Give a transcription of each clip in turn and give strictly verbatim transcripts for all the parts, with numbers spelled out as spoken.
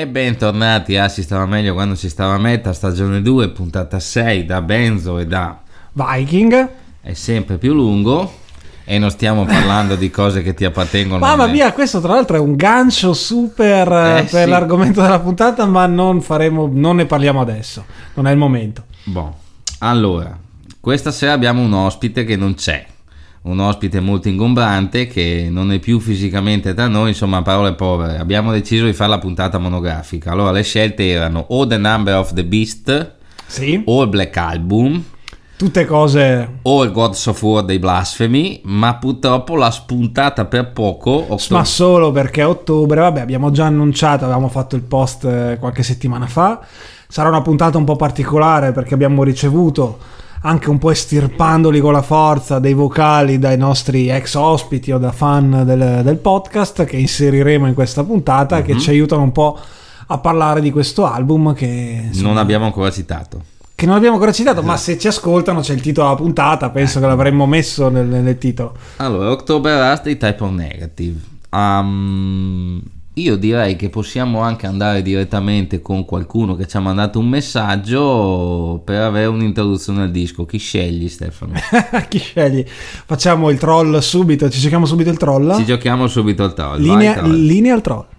E bentornati a Si stava meglio quando si stava a metà, stagione due, puntata sei, da Benzo e da Viking. È sempre più lungo e non stiamo parlando di cose che ti appartengono. Mamma mia, questo tra l'altro è un gancio super eh, per sì. l'argomento della puntata, ma non faremo, non ne parliamo adesso, non è il momento. Boh. Allora, questa sera abbiamo un ospite che non c'è. Un ospite molto ingombrante che non è più fisicamente tra noi, insomma, parole povere. Abbiamo deciso di fare la puntata monografica. Allora le scelte erano o The Number of the Beast, sì, o il Black Album, tutte cose, o il Gods of War dei Blasphemy, ma purtroppo l'ha spuntata per poco ottobre. Ma solo perché a ottobre, vabbè, abbiamo già annunciato, avevamo fatto il post eh, qualche settimana fa. Sarà una puntata un po' particolare perché abbiamo ricevuto, anche un po' estirpandoli con la forza, dei vocali dai nostri ex ospiti o da fan del, del podcast, che inseriremo in questa puntata, mm-hmm. che ci aiutano un po' a parlare di questo album che insomma, non abbiamo ancora citato. Che non abbiamo ancora citato, esatto. Ma se ci ascoltano c'è il titolo della puntata, penso eh. che l'avremmo messo nel, nel titolo. Allora, October Rust dei Type O Negative. Um, io direi che possiamo anche andare direttamente con qualcuno che ci ha mandato un messaggio per avere un'introduzione al disco. Chi scegli, Stefano? Chi scegli? Facciamo il troll subito, ci giochiamo subito il troll? Ci giochiamo subito il troll. Linea, Vai, troll. linea al troll.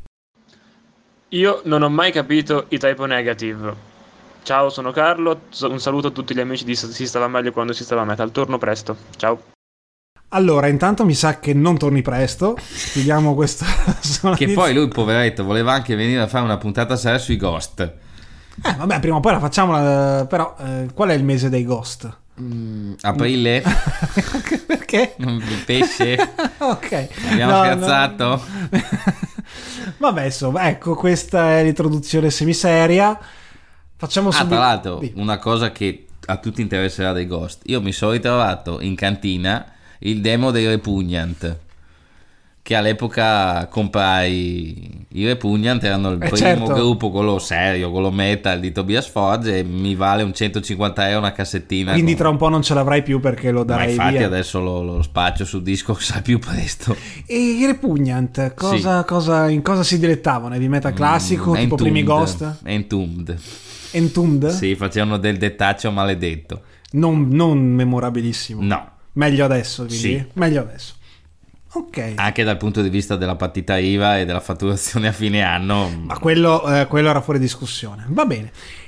Io non ho mai capito i Type O Negative. Ciao, sono Carlo, un saluto a tutti gli amici di Si stava meglio quando si stava metal. Torno presto, ciao. Allora, intanto mi sa che non torni presto. Spieghiamo questo. Che poi lui, poveretto, voleva anche venire a fare una puntata sera sui Ghost. Eh, vabbè, prima o poi la facciamo. La... Però, eh, qual è il mese dei Ghost? Mm, aprile. Perché? Il pesce. Ok. Abbiamo no, scherzato. No. Vabbè, insomma, ecco, questa è l'introduzione semiseria. Facciamo ah, subito. Tra l'altro, Dì. una cosa che a tutti interesserà dei Ghost. Io mi sono ritrovato in cantina il demo dei Repugnant, che all'epoca comprai i Repugnant, erano il eh primo certo. gruppo, quello serio, quello metal di Tobias Forge, e mi vale un centocinquanta euro una cassettina. Quindi con... tra un po' non ce l'avrai più perché lo darai via. Ma infatti via. Adesso lo, lo spaccio sul disco, sarà più presto. E i Repugnant, cosa, sì. cosa, in cosa si dilettavano? Heavy metal classico, mm, tipo primi Ghost? Entombed. Entombed? Sì, facevano del dettaccio maledetto. Non, non memorabilissimo. No. Meglio adesso, quindi? Sì. Meglio adesso. Ok. Anche dal punto di vista della partita I V A e della fatturazione a fine anno. Ma quello, eh, quello era fuori discussione. Va bene.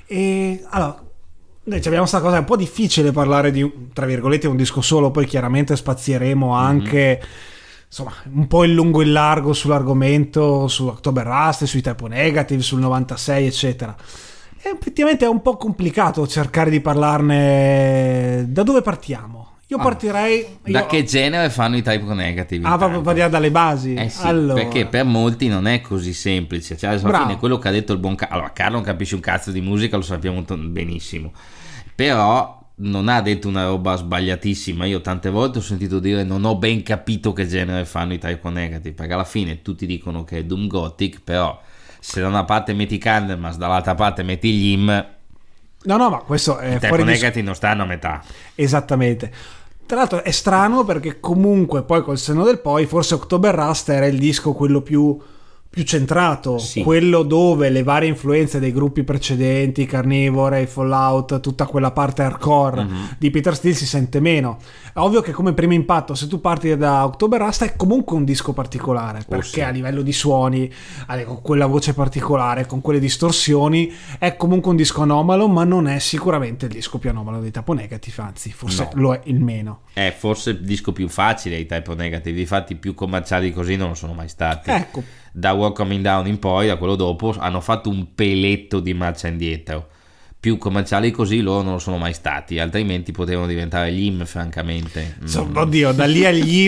E allora, noi abbiamo questa cosa, è un po' difficile parlare di, tra virgolette, un disco solo, poi chiaramente spazieremo anche... Mm-hmm. Insomma, un po' in lungo e in largo sull'argomento, su October Rust, sui Type O Negative, sul novantasei, eccetera. E effettivamente è un po' complicato cercare di parlarne. Da dove partiamo? Io partirei... Da io... che genere fanno i Type O Negative? Ah, proprio partiamo dalle basi? Eh sì, allora. Perché per molti non è così semplice. Cioè, alla fine quello che ha detto il buon Carlo... Allora, Carlo non capisce un cazzo di musica, lo sappiamo benissimo. Però non ha detto una roba sbagliatissima. Io tante volte ho sentito dire non ho ben capito che genere fanno i Type O Negative, perché alla fine tutti dicono che è Doom Gothic, però se da una parte metti Candlemas, dall'altra parte metti gli I M... No, no, ma questo è i Type O Negative non stanno a metà. Esattamente. Tra l'altro è strano perché comunque poi col senno del poi forse October Rust era il disco quello più, più centrato, sì. Quello dove le varie influenze dei gruppi precedenti, Carnivore, Fallout, tutta quella parte hardcore mm-hmm. di Peter Steele si sente meno. È ovvio che come primo impatto, se tu parti da October Rust, è comunque un disco particolare, oh, perché sì. A livello di suoni, con quella voce particolare, con quelle distorsioni, è comunque un disco anomalo, ma non è sicuramente il disco più anomalo dei Type O Negative, anzi forse no. Lo è il meno. È forse il disco più facile i Type O Negative, difatti più commerciali così non lo sono mai stati. Ecco. Da War Coming Down in poi, da quello dopo, hanno fatto un peletto di marcia indietro. Più commerciali così loro non lo sono mai stati, altrimenti potevano diventare gli I M, francamente. Insomma, oddio, da lì agli I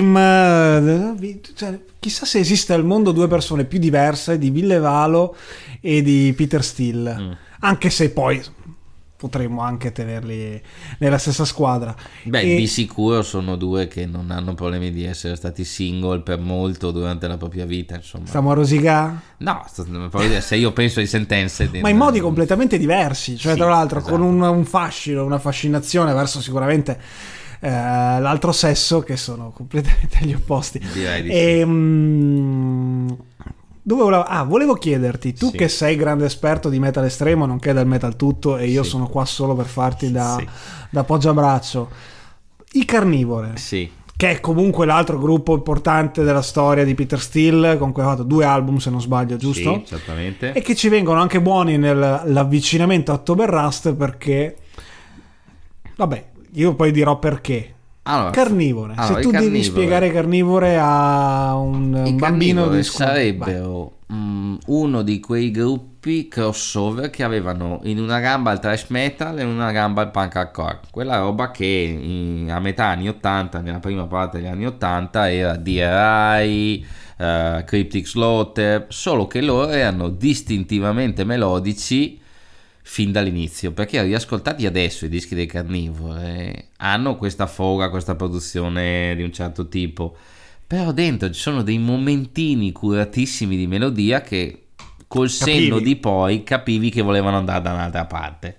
M, cioè, chissà se esiste al mondo due persone più diverse di Ville Valo e di Peter Steele, mm. anche se poi potremmo anche tenerli nella stessa squadra. Beh, e... di sicuro sono due che non hanno problemi di essere stati single per molto durante la propria vita, insomma. Stiamo a rosicare? No, se io penso ai Sentenze ma in modi completamente diversi, cioè sì, tra l'altro esatto. Con un, un fascino, una fascinazione verso sicuramente eh, l'altro sesso, che sono completamente gli opposti. Direi di e, sì. mh, dove volevo, ah, volevo chiederti, tu sì. che sei grande esperto di metal estremo, nonché del metal tutto, e io sì. sono qua solo per farti da, sì. da poggiabraccio, i Carnivore, sì. che è comunque l'altro gruppo importante della storia di Peter Steele, con cui ha fatto due album se non sbaglio, giusto? Sì, certamente. E che ci vengono anche buoni nell'avvicinamento a Oktoberfest, perché vabbè, io poi dirò perché. Allora, Carnivore, allora, se tu devi Carnivore. spiegare Carnivore a un, un bambino di scuola, sarebbero um, uno di quei gruppi crossover che avevano in una gamba il thrash metal e in una gamba il punk hardcore, quella roba che in, a metà anni ottanta, nella prima parte degli anni ottanta, era D R I, uh, Cryptic Slaughter, solo che loro erano distintivamente melodici fin dall'inizio, perché riascoltati adesso i dischi dei Carnivore hanno questa foga, questa produzione di un certo tipo, però dentro ci sono dei momentini curatissimi di melodia che col Capivi. senno di poi capivi che volevano andare da un'altra parte.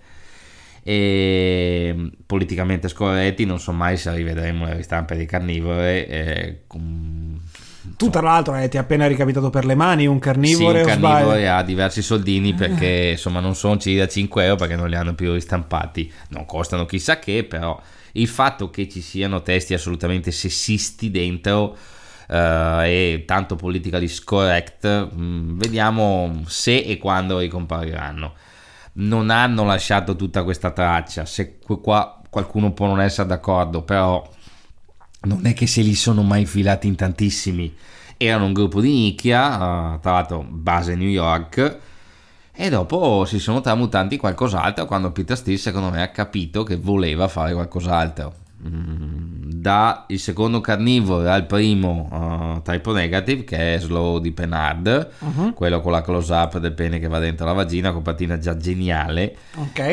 E politicamente scorretti, non so mai se rivedremo le ristampe dei Carnivore. eh, com- tu tra l'altro eh, ti hai appena ricapitato per le mani un Carnivore, sì, un o sbaglio? Carnivore ha diversi soldini, perché insomma non sono circa cinque euro, perché non li hanno più ristampati, non costano chissà che, però il fatto che ci siano testi assolutamente sessisti dentro uh, e tanto politically correct, mh, vediamo se e quando ricompariranno. Non hanno lasciato tutta questa traccia, se qua qualcuno può non essere d'accordo, però non è che se li sono mai filati in tantissimi. Erano un gruppo di nicchia, uh, tra l'altro base New York, e dopo si sono tramutanti in qualcos'altro quando Peter Steele secondo me ha capito che voleva fare qualcos'altro. Mm, da il secondo Carnivore al primo uh, Type O Negative, che è Slow Deep and Hard, uh-huh. quello con la close up del pene che va dentro la vagina, copertina già geniale, okay.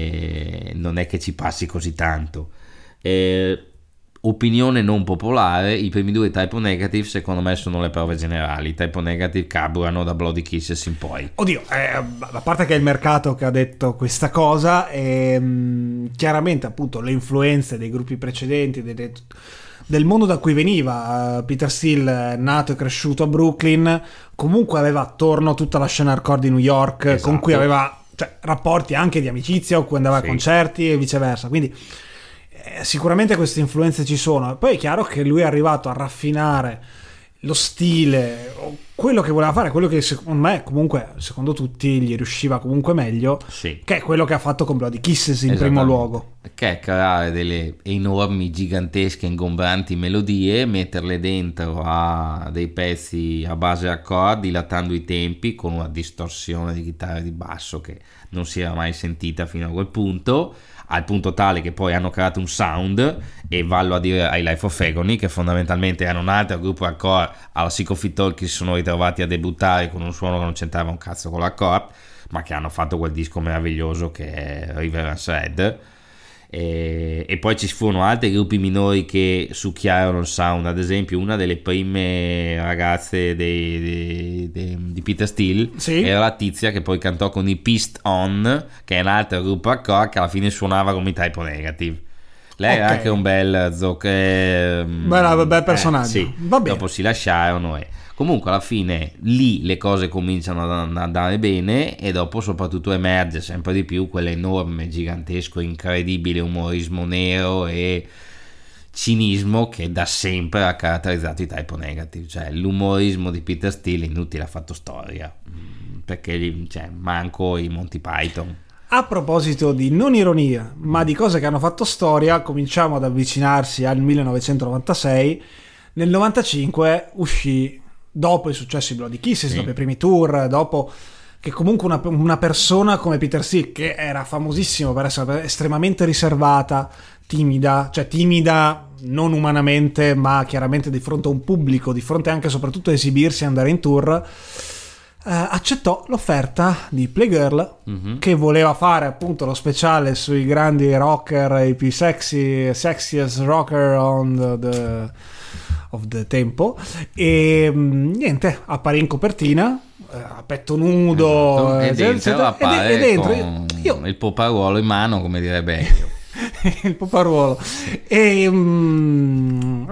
E non è che ci passi così tanto. E opinione non popolare, i primi due Type O Negative secondo me sono le prove generali. I Type O Negative carburano da Bloody Kisses in poi. Oddio, eh, a parte che è il mercato che ha detto questa cosa, e, mh, chiaramente appunto le influenze dei gruppi precedenti, de, de, del mondo da cui veniva uh, Peter Steele, nato e cresciuto a Brooklyn, comunque aveva attorno tutta la scena hardcore di New York, esatto. con cui aveva cioè, rapporti anche di amicizia, o cui andava sì. a concerti e viceversa, quindi sicuramente queste influenze ci sono. Poi è chiaro che lui è arrivato a raffinare lo stile, quello che voleva fare, quello che secondo me comunque secondo tutti gli riusciva comunque meglio, sì. che è quello che ha fatto con Bloody Kisses in primo luogo, che è creare delle enormi, gigantesche, ingombranti melodie, metterle dentro a dei pezzi a base accordi, dilatando i tempi con una distorsione di chitarra e di basso che non si era mai sentita fino a quel punto, al punto tale che poi hanno creato un sound, e vallo a dire ai Life of Agony, che fondamentalmente erano un altro gruppo hardcore alla Sycophant Talk, che si sono ritrovati a debuttare con un suono che non c'entrava un cazzo con l'hardcore, ma che hanno fatto quel disco meraviglioso che è Reverence Red. E, e poi ci furono altri gruppi minori che succhiarono il sound. Ad esempio una delle prime ragazze dei, dei, dei, di Peter Steele sì. era la tizia che poi cantò con i Pissed On, che è un altro gruppo hardcore che alla fine suonava come i Type O Negative. Lei okay. era anche un bel zocche, bel, bel personaggio, eh, sì. Va bene. Dopo si lasciarono e comunque alla fine lì le cose cominciano ad andare bene, e dopo soprattutto emerge sempre di più quell'enorme, gigantesco, incredibile umorismo nero e cinismo che da sempre ha caratterizzato i Type O Negative. Cioè l'umorismo di Peter Steele inutile ha fatto storia, perché cioè, manco i Monty Python. A proposito di non ironia, ma di cose che hanno fatto storia, cominciamo ad avvicinarsi al millenovecentonovantasei. Nel novantacinque uscì, dopo i successi Bloody Kisses, sì. dopo i primi tour, dopo che comunque una, una persona come Peter Steele, che era famosissimo per essere estremamente riservata, timida, cioè timida non umanamente, ma chiaramente di fronte a un pubblico, di fronte anche e soprattutto a esibirsi e andare in tour, Uh, accettò l'offerta di Playgirl, mm-hmm. che voleva fare appunto lo speciale sui grandi rocker, i più sexy, sexiest rocker on the, the, of the tempo, e um, niente, apparì in copertina uh, a petto nudo, esatto. e dentro appare e, e dentro con io, il poparuolo in mano, come direbbe io. il poparuolo e um,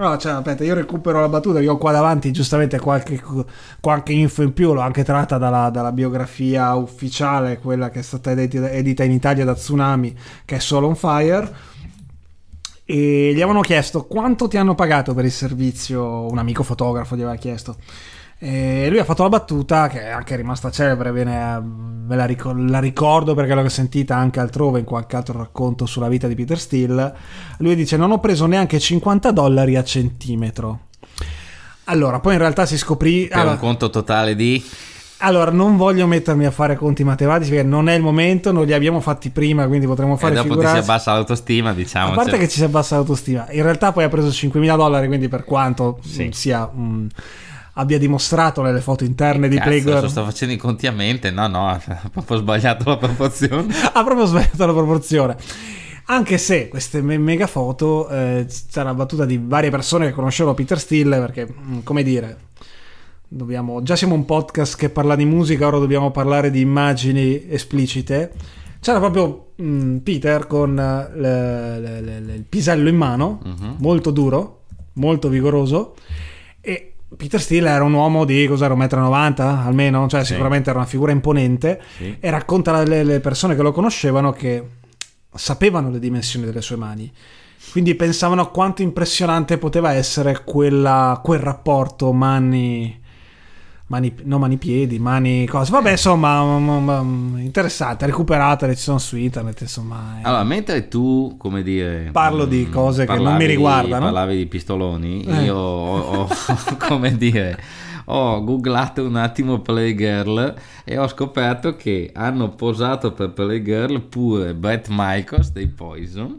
No, cioè, aspetta, io recupero la battuta, io ho qua davanti giustamente qualche, qualche info in più, l'ho anche tratta dalla, dalla biografia ufficiale, quella che è stata edita, edita in Italia da Tsunami, che è Soul on Fire, e gli avevano chiesto quanto ti hanno pagato per il servizio, un amico fotografo gli aveva chiesto. E lui ha fatto la battuta che è anche rimasta celebre, bene, me la, ricor- la ricordo perché l'ho sentita anche altrove in qualche altro racconto sulla vita di Peter Steele. Lui dice: non ho preso neanche cinquanta dollari a centimetro. Allora poi in realtà si scoprì per allora, un conto totale di allora non voglio mettermi a fare conti matematici perché non è il momento, non li abbiamo fatti prima, quindi potremmo fare e dopo figurarsi. ti si abbassa l'autostima, diciamo, a parte che ci si abbassa l'autostima, in realtà poi ha preso cinquemila dollari, quindi per quanto sì. sia un abbia dimostrato nelle foto interne di Playgirl. Sto facendo i conti a mente, no no, ha proprio sbagliato la proporzione. ha proprio sbagliato la proporzione. Anche se queste me- mega foto eh, c'è una battuta di varie persone che conoscevano Peter Steele, perché come dire, dobbiamo già siamo un podcast che parla di musica, ora dobbiamo parlare di immagini esplicite. C'era proprio mh, Peter con le, le, le, le, il pisello in mano, uh-huh. molto duro, molto vigoroso, e Peter Steele era un uomo di cos'era, un metro e novanta almeno, cioè sì. sicuramente era una figura imponente, sì. e racconta alle le persone che lo conoscevano che sapevano le dimensioni delle sue mani, quindi pensavano quanto impressionante poteva essere quella, quel rapporto mani mani no mani piedi mani cose vabbè insomma m- m- interessante, recuperatele, ci sono su internet insomma. Allora mentre tu come dire parlo di cose che non mi riguardano, parlavi di pistoloni, eh. io ho, ho come dire ho googlato un attimo Playgirl e ho scoperto che hanno posato per Playgirl pure Bret Michaels dei Poison,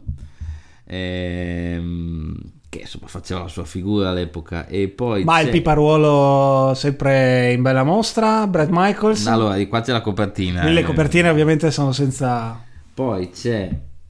ehm, che insomma faceva la sua figura all'epoca, e poi ma c'è... il piparuolo sempre in bella mostra, Bret Michaels. Allora di qua c'è la copertina, le eh. copertine ovviamente sono senza, poi c'è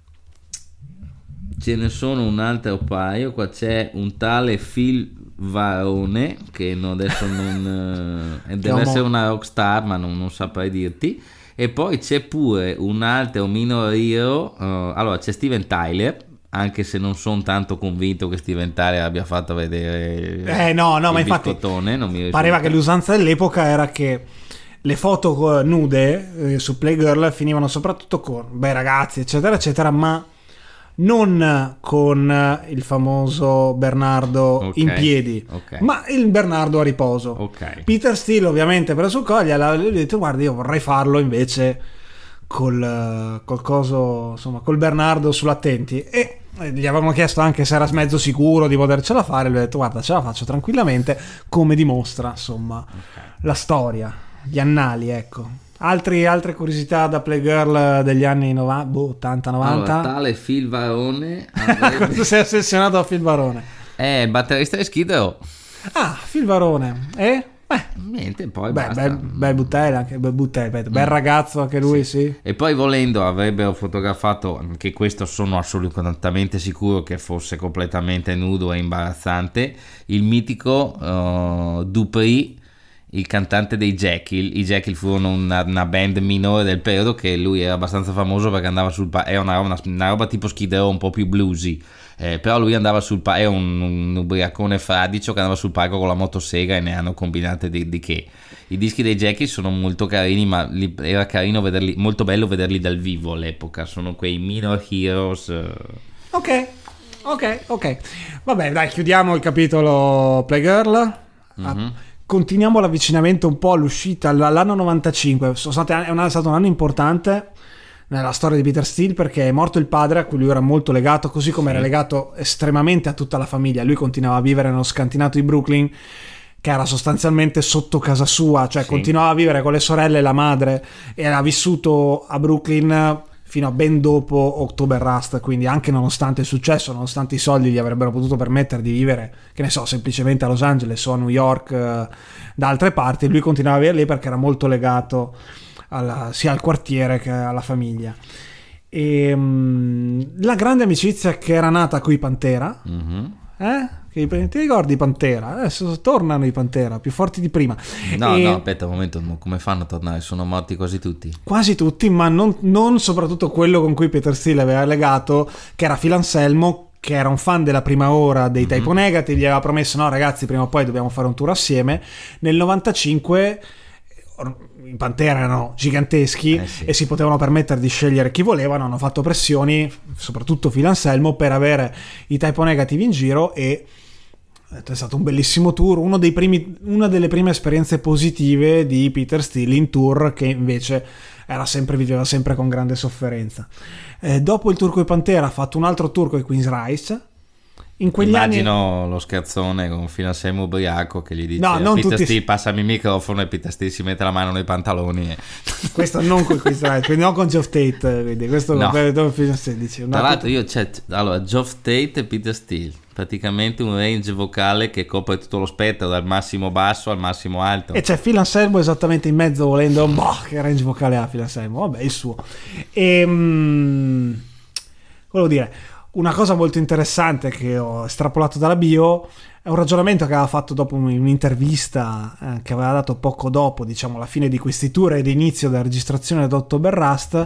ce ne sono un altro paio, qua c'è un tale Phil Varone che no, adesso non eh, deve essere una rockstar ma non, non saprei dirti, e poi c'è pure un altro minor hero, uh, allora c'è Steven Tyler, anche se non sono tanto convinto che Steven Tyler abbia fatto vedere eh no no ma infatti non mi pareva che l'usanza dell'epoca era che le foto nude eh, su Playgirl finivano soprattutto con bei ragazzi eccetera eccetera, ma non con il famoso Bernardo okay, in piedi, okay. ma il Bernardo a riposo. Okay. Peter Steele ovviamente preso sul coglio, gli ha detto guarda io vorrei farlo invece col, col coso, insomma col Bernardo sull'attenti, e gli avevano chiesto anche se era mezzo sicuro di potercela fare, lui ha detto guarda ce la faccio tranquillamente, come dimostra insomma okay. la storia, gli annali, ecco. Altri, altre curiosità da Playgirl degli anni novanta, boh, ottanta novanta. Allora, tale Phil Varone avrebbe... sei ossessionato a Phil Varone? Eh, il batterista di Skid Row. Ah, Phil Varone. E? Beh, niente, poi beh, basta. Bel, bel buttello, anche bel buttello, mm. bel ragazzo anche lui, sì. sì. E poi volendo avrebbero fotografato, anche questo sono assolutamente sicuro che fosse completamente nudo e imbarazzante, il mitico uh, Dupree, il cantante dei Jekyll. I Jekyll furono una, una band minore del periodo che lui era abbastanza famoso perché andava sul palco, era una, una, una roba tipo Skid Row un po' più bluesy, eh, però lui andava sul palco, era un, un ubriacone fradicio che andava sul palco con la motosega e ne hanno combinate di, di che. I dischi dei Jekyll sono molto carini, ma li, era carino vederli, molto bello vederli dal vivo all'epoca, sono quei minor heroes. Eh. Ok, ok, ok. Vabbè dai, chiudiamo il capitolo Playgirl. Mm-hmm. Ah, continuiamo l'avvicinamento un po' all'uscita all'anno novantacinque. Sono stati, è, un, è stato un anno importante nella storia di Peter Steele perché è morto il padre a cui lui era molto legato, così come sì. era legato estremamente a tutta la famiglia. Lui continuava a vivere nello scantinato di Brooklyn che era sostanzialmente sotto casa sua, cioè sì. continuava a vivere con le sorelle e la madre, e era vissuto a Brooklyn fino a ben dopo October Rust, quindi anche nonostante il successo, nonostante i soldi gli avrebbero potuto permettere di vivere, che ne so, semplicemente a Los Angeles o a New York, eh, da altre parti, lui continuava a vivere lì perché era molto legato alla, sia al quartiere che alla famiglia. E um, la grande amicizia che era nata con i Pantera, mm-hmm. eh? Che, ti ricordi i Pantera? Adesso tornano i Pantera più forti di prima. No, e... no, aspetta un momento, come fanno a tornare? Sono morti quasi tutti. Quasi tutti, ma non, non soprattutto quello con cui Peter Steele aveva legato, che era Phil Anselmo, che era un fan della prima ora dei mm-hmm. Type O Negative, gli aveva promesso no ragazzi prima o poi dobbiamo fare un tour assieme. Nel novantacinque i Pantera erano giganteschi eh sì. e si potevano permettere di scegliere chi volevano, hanno fatto pressioni, soprattutto Phil Anselmo, per avere i Type O Negative in giro, e è stato un bellissimo tour, uno dei primi, una delle prime esperienze positive di Peter Steele in tour, che invece era sempre, viveva sempre con grande sofferenza. Eh, dopo il tour con i Pantera ha fatto un altro tour con i Queen's Rice. In quegli Immagino anni... lo scherzone con Phil Anselmo ubriaco che gli dice no, non Peter tutti... Steele passami il microfono e Peter Steele si mette la mano nei pantaloni e... questo non con Queen's Rice, quindi non con Geoff Tate, quindi questo no. Con Phil Steele. Tra l'altro io c'è allora Geoff Tate e Peter Steele, praticamente un range vocale che copre tutto lo spettro dal massimo basso al massimo alto, e c'è Phil Anselmo esattamente in mezzo, volendo boh, che range vocale ha Phil Anselmo, vabbè il suo. E mm, volevo dire una cosa molto interessante che ho estrapolato dalla bio, è un ragionamento che aveva fatto dopo un'intervista eh, che aveva dato poco dopo, diciamo, la fine di questi tour ed inizio della registrazione di October Rust.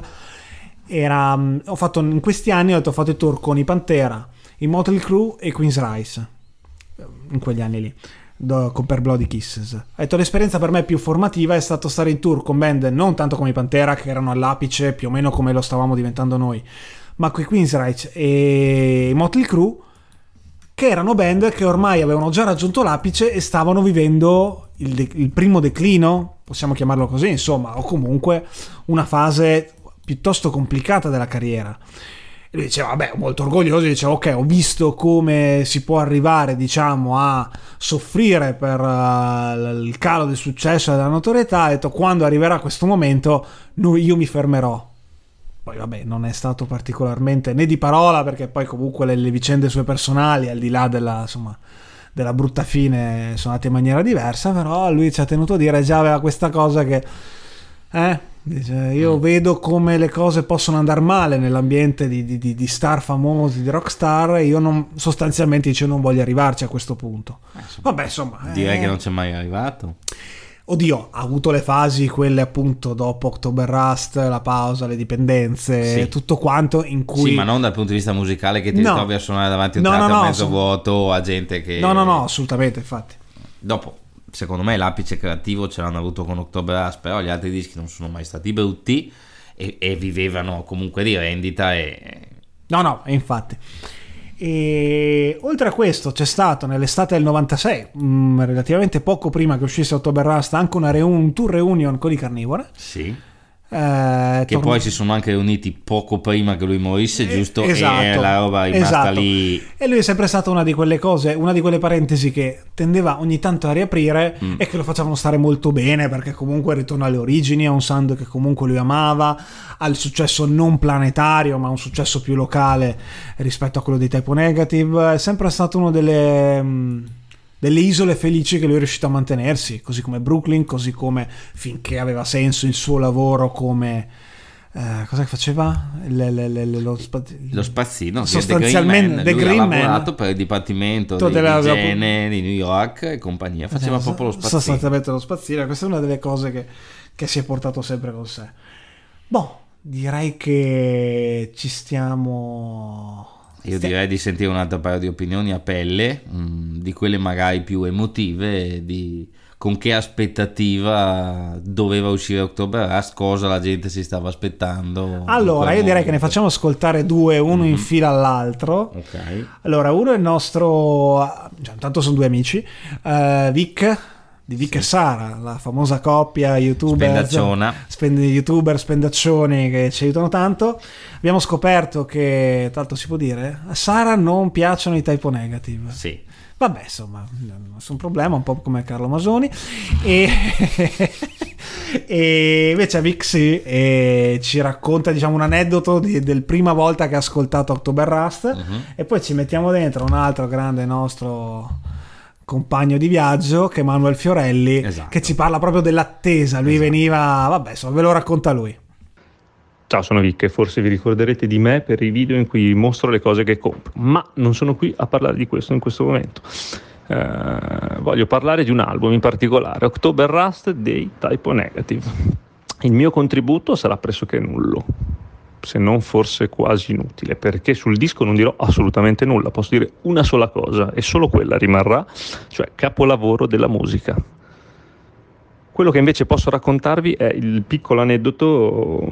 Era, ho fatto in questi anni ho, detto, ho fatto i tour con i Pantera, i Motley Crue e Queen's Rice, in quegli anni lì, do, con Per Bloody Kisses. Ho detto l'esperienza per me più formativa è stato stare in tour con band non tanto come i Pantera, che erano all'apice più o meno come lo stavamo diventando noi, ma con i Queen's Rice e i Motley Crue, che erano band che ormai avevano già raggiunto l'apice e stavano vivendo il, de- il primo declino, possiamo chiamarlo così, insomma, o comunque una fase piuttosto complicata della carriera. E lui diceva, vabbè, molto orgoglioso, diceva, ok, ho visto come si può arrivare, diciamo, a soffrire per uh, il calo del successo e della notorietà. Ha detto, quando arriverà questo momento, noi, io mi fermerò. Poi vabbè, non è stato particolarmente né di parola, perché poi comunque le, le vicende sue personali, al di là della, insomma, della brutta fine, sono andate in maniera diversa, però lui ci ha tenuto a dire, già aveva questa cosa che eh, dice, io mm. vedo come le cose possono andare male nell'ambiente di, di, di star famosi, di rockstar, e io non, sostanzialmente dice, non voglio arrivarci a questo punto. Eh, vabbè, insomma, direi eh, che non c'è mai arrivato. Oddio, ha avuto le fasi, quelle appunto dopo October Rust, la pausa, le dipendenze, sì. tutto quanto, in cui... Sì, ma non dal punto di vista musicale, che ti no. ritrovi a suonare davanti a un no, teatro no, no, mezzo so... vuoto, o a gente che... No, no, no, assolutamente, infatti. Dopo, secondo me l'apice creativo ce l'hanno avuto con October Rust, però gli altri dischi non sono mai stati brutti e, e vivevano comunque di rendita e... No, no, infatti. E oltre a questo c'è stato nell'estate del novantasei, mh, relativamente poco prima che uscisse October Rust, anche una reun- un tour reunion con i Carnivore. Sì. Eh, che torn- poi si sono anche riuniti poco prima che lui morisse, giusto? Esatto, e la roba è rimasta esatto. lì. E lui è sempre stata una di quelle cose, una di quelle parentesi che tendeva ogni tanto a riaprire mm. e che lo facevano stare molto bene, perché comunque ritorna alle origini, a un sound che comunque lui amava, al successo non planetario ma un successo più locale rispetto a quello dei Type O Negative. È sempre stato uno delle... Mh, delle isole felici che lui è riuscito a mantenersi, così come Brooklyn, così come, finché aveva senso, il suo lavoro come eh, cosa che faceva? Le, le, le, lo, spaz- lo spazzino, sostanzialmente The Green Man. Lui ha lavorato Man. per il Dipartimento di Igiene di New York e compagnia, faceva esatto, proprio lo spazzino, sostanzialmente lo spazzino. Questa è una delle cose che, che si è portato sempre con sé. Boh, direi che ci stiamo... Io direi di sentire un altro paio di opinioni a pelle, mh, di quelle magari più emotive, di con che aspettativa doveva uscire October Rust, cosa la gente si stava aspettando. Allora, io direi che ne facciamo ascoltare due, uno mm-hmm. in fila all'altro. Ok. Allora, uno è il nostro, cioè, intanto sono due amici, uh, Vic, di Vic sì. e Sara, la famosa coppia youtuber spendacciona spend- youtuber spendaccioni che ci aiutano tanto. Abbiamo scoperto che, tra l'altro si può dire, a Sara non piacciono i Type O Negative. Sì. Vabbè, insomma, nessun problema, un po' come Carlo Masoni. E, e invece a Vic sì, e ci racconta, diciamo, un aneddoto di, del prima volta che ha ascoltato October Rust, uh-huh. e poi ci mettiamo dentro un altro grande nostro compagno di viaggio che è Manuel Fiorelli, esatto. che ci parla proprio dell'attesa. Lui esatto. veniva, vabbè, insomma, ve lo racconta lui. Ciao, sono Vic e forse vi ricorderete di me per i video in cui mostro le cose che compro, ma non sono qui a parlare di questo in questo momento. Eh, voglio parlare di un album in particolare, October Rust dei Type O Negative. Il mio contributo sarà pressoché nullo. se non forse quasi inutile, perché sul disco non dirò assolutamente nulla, posso dire una sola cosa e solo quella rimarrà, cioè capolavoro della musica. Quello che invece posso raccontarvi è il piccolo aneddoto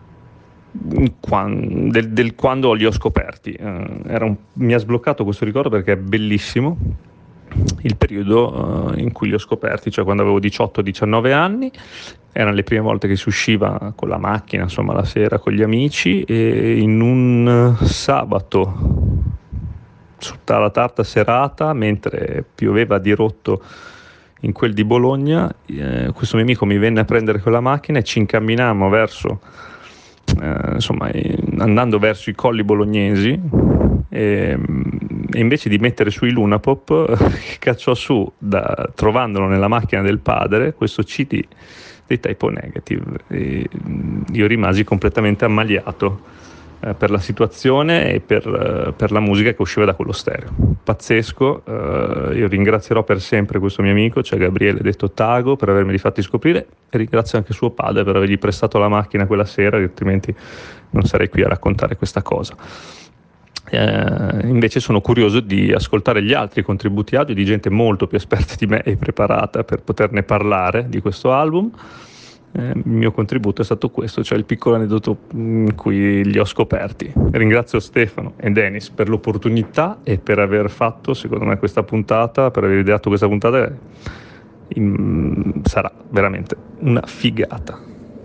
del, del quando li ho scoperti. Uh, era un, mi ha sbloccato questo ricordo perché è bellissimo, il periodo uh, in cui li ho scoperti, cioè quando avevo diciotto diciannove anni. Erano le prime volte che si usciva con la macchina, insomma, la sera con gli amici, e in un sabato, tutta la tarda serata, mentre pioveva a dirotto in quel di Bologna, eh, questo mio amico mi venne a prendere con la macchina e ci incamminammo verso, eh, insomma, eh, andando verso i colli bolognesi, e, e invece di mettere su i Luna Pop, cacciò su, da, trovandolo nella macchina del padre, questo C D dei Type O Negative. E io rimasi completamente ammaliato eh, per la situazione e per, uh, per la musica che usciva da quello stereo. Pazzesco. Uh, io ringrazierò per sempre questo mio amico, cioè Gabriele detto Tago, per avermeli fatti scoprire, e ringrazio anche suo padre per avergli prestato la macchina quella sera, altrimenti non sarei qui a raccontare questa cosa. Eh, invece sono curioso di ascoltare gli altri contributi audio di gente molto più esperta di me e preparata per poterne parlare di questo album. Eh, il mio contributo è stato questo, cioè il piccolo aneddoto in cui li ho scoperti. Ringrazio Stefano e Dennis per l'opportunità e per aver fatto, secondo me, questa puntata, per aver ideato questa puntata. In, sarà veramente una figata.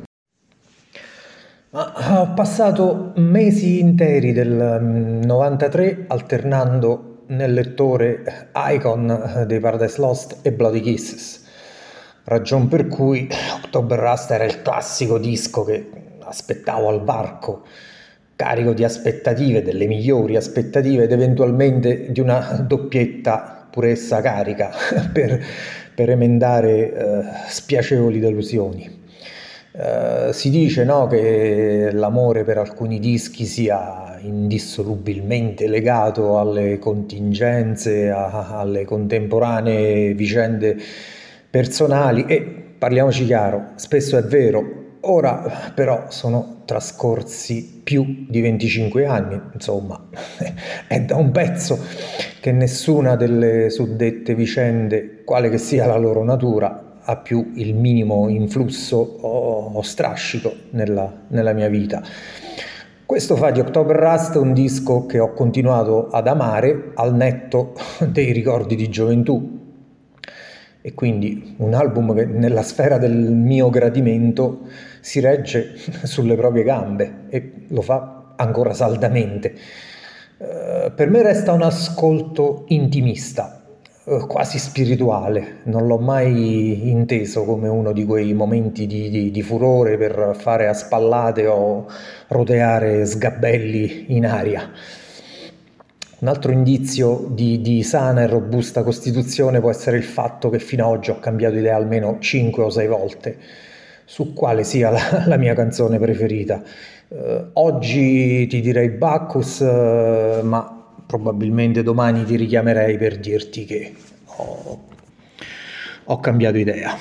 Ho passato mesi interi del novantatré alternando nel lettore Icon dei Paradise Lost e Bloody Kisses, ragion per cui October Rust era il classico disco che aspettavo al varco, carico di aspettative, delle migliori aspettative, ed eventualmente di una doppietta puressa carica per, per emendare eh, spiacevoli delusioni. Uh, si dice, no, che l'amore per alcuni dischi sia indissolubilmente legato alle contingenze, a, alle contemporanee vicende personali, e parliamoci chiaro, spesso è vero. Ora però sono trascorsi più di venticinque anni, insomma è da un pezzo che nessuna delle suddette vicende, quale che sia la loro natura, ha più il minimo influsso o, o strascico nella, nella mia vita. Questo fa di October Rust un disco che ho continuato ad amare al netto dei ricordi di gioventù, e quindi un album che nella sfera del mio gradimento si regge sulle proprie gambe e lo fa ancora saldamente. Uh, per me resta un ascolto intimista, quasi spirituale. Non l'ho mai inteso come uno di quei momenti di, di, di furore per fare a spallate o roteare sgabelli in aria. Un altro indizio di, di sana e robusta costituzione può essere il fatto che fino ad oggi ho cambiato idea almeno cinque o sei volte su quale sia la, la mia canzone preferita. Uh, oggi ti direi Bacchus, uh, ma probabilmente domani ti richiamerei per dirti che ho, ho cambiato idea.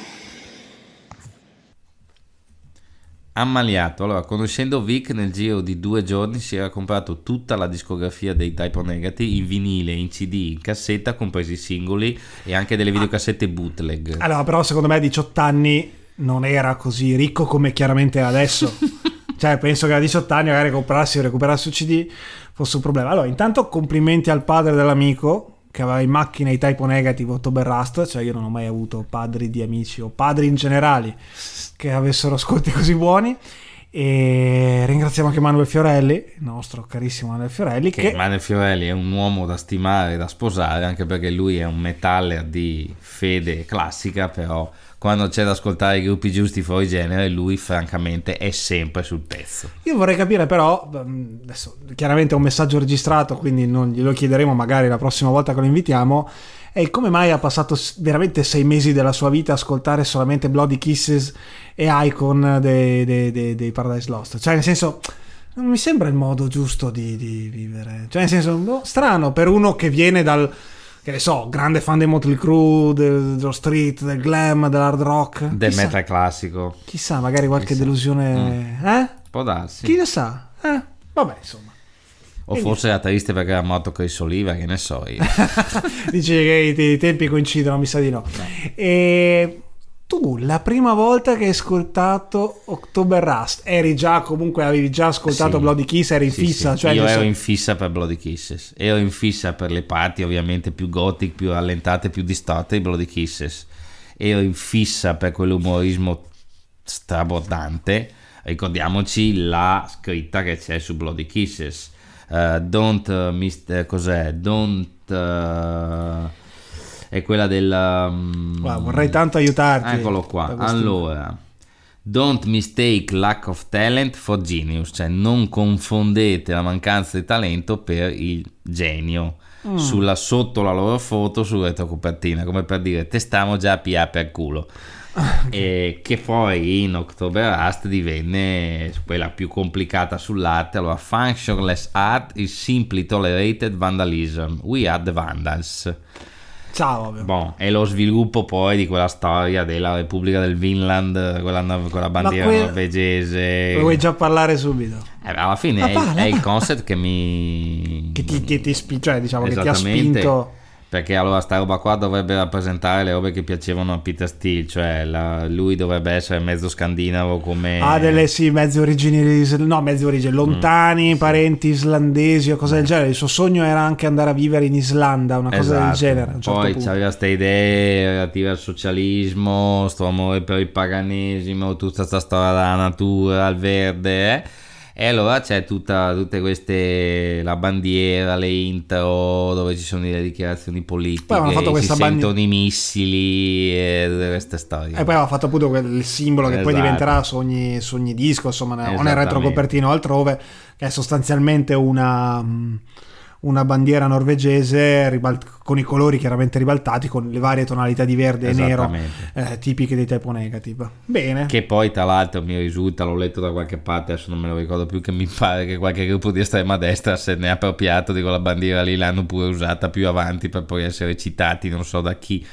Ammaliato. Allora, conoscendo Vic, nel giro di due giorni si era comprato tutta la discografia dei Type O Negative in vinile, in C D, in cassetta, compresi i singoli e anche delle videocassette bootleg. Allora, però secondo me a diciotto anni non era così ricco come chiaramente è adesso. Cioè, penso che a diciotto anni magari comprarsi o recuperarsi un C D fosse un problema. Allora, intanto complimenti al padre dell'amico che aveva in macchina i Type O Negative October Rust. Cioè, io non ho mai avuto padri di amici o padri in generale che avessero ascolti così buoni. E ringraziamo anche Manuel Fiorelli, il nostro carissimo Manuel Fiorelli, che, che... Manuel Fiorelli è un uomo da stimare, da sposare, anche perché lui è un metaller di fede classica, però quando c'è da ascoltare i gruppi giusti fuori genere lui francamente è sempre sul pezzo. Io vorrei capire però, adesso chiaramente è un messaggio registrato, quindi non glielo chiederemo magari la prossima volta che lo invitiamo, e come mai ha passato veramente sei mesi della sua vita a ascoltare solamente Bloody Kisses e Icon dei, dei, dei, dei Paradise Lost. Cioè, nel senso, non mi sembra il modo giusto di, di vivere. Cioè, nel senso, boh, strano per uno che viene dal, che ne so, grande fan dei Motley Crue, del, dello street, del glam, dell'hard rock, del chissà, metal classico. Chissà, magari qualche chissà. delusione, mm. eh? Può darsi. Chi lo sa? Eh, vabbè, insomma. O forse era triste perché era morto Chris Oliva, che ne so io. Dici che i, i tempi coincidono, mi sa di no. no. E tu, la prima volta che hai ascoltato October Rust, eri già, comunque avevi già ascoltato sì. Bloody Kiss, eri in sì, fissa? Sì. Cioè, io ero so... in fissa per Bloody Kisses, ero in fissa per le parti ovviamente più gothic, più rallentate, più distorte di Bloody Kisses, ero in fissa per quell'umorismo strabordante. Ricordiamoci la scritta che c'è su Bloody Kisses. Uh, don't uh, mister cos'è don't uh, è quella del um, wow, vorrei tanto aiutarti, eccolo qua. Allora, don't mistake lack of talent for genius, cioè non confondete la mancanza di talento per il genio. mm. Sulla, sotto la loro foto su retrocopertina, come per dire te stiamo già a pià per culo. E che poi in October Rust divenne quella più complicata sull'arte. Allora, functionless art is simply tolerated vandalism, we are the vandals. Ciao. Bon, è lo sviluppo poi di quella storia della Repubblica del Vinland, quella, quella bandiera que... norvegese. Vuoi già parlare subito? Eh, alla fine è, è il concept che mi che ti, che ti spi... cioè diciamo che ti ha spinto. Perché allora sta roba qua dovrebbe rappresentare le robe che piacevano a Peter Steele, cioè la, lui dovrebbe essere mezzo scandinavo come... Ah, delle sì, mezze origini, no, mezze origini, lontani, mm, parenti sì. islandesi o cose del genere. Il suo sogno era anche andare a vivere in Islanda, una cosa esatto. del genere. A un certo Poi punto. c'aveva queste idee relative al socialismo, sto amore per il paganesimo, tutta questa storia della natura, al verde, eh? E allora c'è tutta, tutte queste, la bandiera, le intro dove ci sono le dichiarazioni politiche, poi hanno fatto questa si bandiera. Sentono i missili e tutte queste storie. E poi aveva fatto appunto quel simbolo che esatto. poi diventerà su ogni, su ogni disco, insomma, o nel retrocopertino o altrove, che è sostanzialmente una... una bandiera norvegese ribalt- con i colori chiaramente ribaltati, con le varie tonalità di verde e nero eh, tipiche dei Type O Negative. Bene. Che poi tra l'altro mi risulta, l'ho letto da qualche parte, adesso non me lo ricordo più, che mi pare che qualche gruppo di estrema destra se ne è appropriato di quella bandiera lì, l'hanno pure usata più avanti per poi essere citati non so da chi.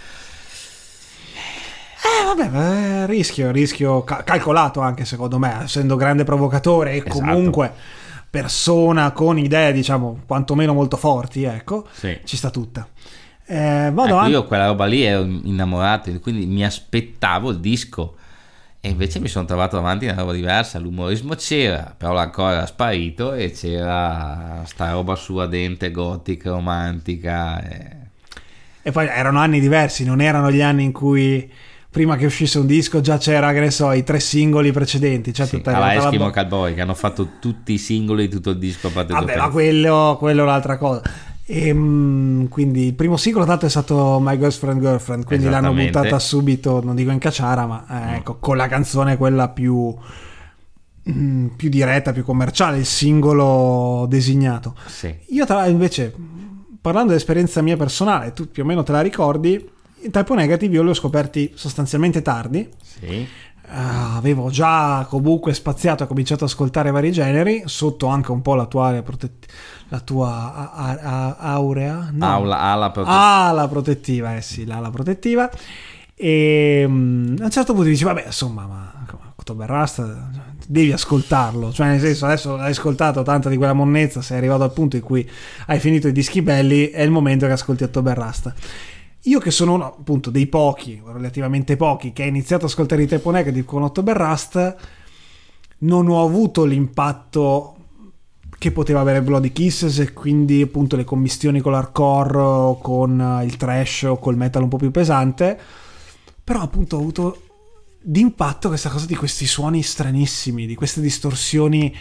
Eh vabbè, eh, rischio, rischio ca- calcolato anche secondo me, essendo grande provocatore e esatto. comunque persona con idee diciamo quantomeno molto forti, ecco, sì. ci sta tutta. Eh, vado ecco, an- io quella roba lì ero innamorato, quindi mi aspettavo il disco e invece mi sono trovato davanti a una roba diversa. L'umorismo c'era, però l'ancora era sparito e c'era sta roba suadente, gotica, romantica e... e poi erano anni diversi, non erano gli anni in cui prima che uscisse un disco già c'era, che ne so, i tre singoli precedenti, cioè sì, tutta alla Eskimo bo- Cowboy che hanno fatto tutti i singoli di tutto il disco a parte vabbè ma quello, quello è un'altra cosa. E, mh, quindi il primo singolo tanto è stato My Girlfriend Girlfriend, quindi l'hanno buttata subito, non dico in cacciara, ma eh, ecco, con la canzone quella più mh, più diretta, più commerciale, il singolo designato. Sì. Io tra invece, parlando dell'esperienza mia personale, tu più o meno te la ricordi, i Type O Negative io li ho scoperti sostanzialmente tardi. Sì. Uh, avevo già comunque spaziato e cominciato ad ascoltare vari generi, sotto anche un po' la tua, protet- la tua a- a- a- aurea no. Aula, ala protettiva. ala protettiva eh sì, l'ala protettiva. E um, a un certo punto dici vabbè insomma, ma October Rust devi ascoltarlo, cioè nel senso adesso hai ascoltato tanta di quella monnezza, sei arrivato al punto in cui hai finito i dischi belli, è il momento che ascolti October Rust. Io che sono uno appunto dei pochi, relativamente pochi, che ha iniziato ad ascoltare i Type O Negative con October Rust, non ho avuto l'impatto che poteva avere Bloody Kisses e quindi appunto le commistioni con l'hardcore o con il thrash o col metal un po' più pesante, però appunto ho avuto d'impatto questa cosa di questi suoni stranissimi, di queste distorsioni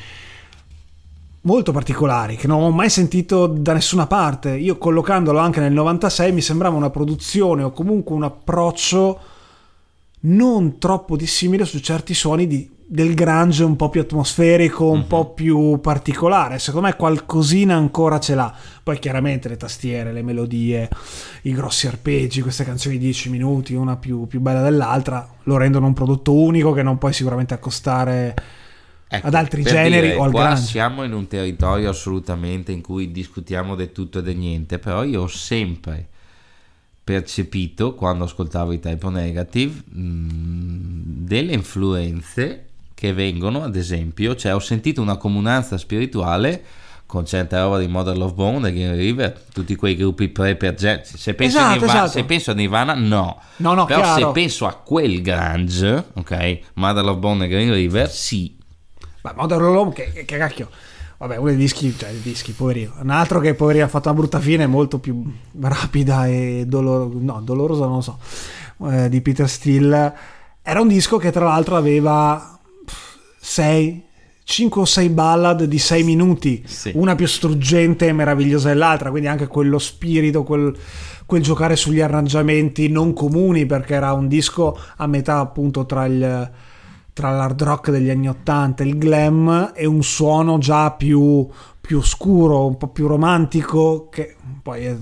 molto particolari che non ho mai sentito da nessuna parte. Io collocandolo anche nel novantasei mi sembrava una produzione o comunque un approccio non troppo dissimile su certi suoni di, del grunge un po' più atmosferico, un uh-huh. po' più particolare. Secondo me qualcosina ancora ce l'ha. Poi chiaramente le tastiere, le melodie, i grossi arpeggi, queste canzoni di dieci minuti, una più, più bella dell'altra, lo rendono un prodotto unico che non puoi sicuramente accostare ecco, ad altri generi dire, o al qua grunge. Siamo in un territorio assolutamente in cui discutiamo del tutto e del niente, però io ho sempre percepito quando ascoltavo i Type O Negative mh, delle influenze che vengono, ad esempio, cioè ho sentito una comunanza spirituale con certe roba di Modern Love Bone e Green River, tutti quei gruppi pre per gen- se penso, esatto, a Nirvana, esatto. se penso a Nirvana no, no, no però chiaro. se penso a quel grunge, ok, Modern Love Bone e Green River, sì. Ma Modern Love Bone, che, che, che cacchio, vabbè, uno dei dischi, cioè dei dischi, poverino, un altro che poverino ha fatto una brutta fine, molto più rapida e dolorosa, no, dolorosa non lo so, eh, di Peter Steele. Era un disco che tra l'altro aveva sei cinque o sei ballad di sei minuti, sì. Una più struggente e meravigliosa dell'altra, quindi anche quello spirito, quel, quel giocare sugli arrangiamenti non comuni, perché era un disco a metà appunto tra il tra l'hard rock degli anni ottanta e il glam, e un suono già più, più oscuro, un po' più romantico, che poi è,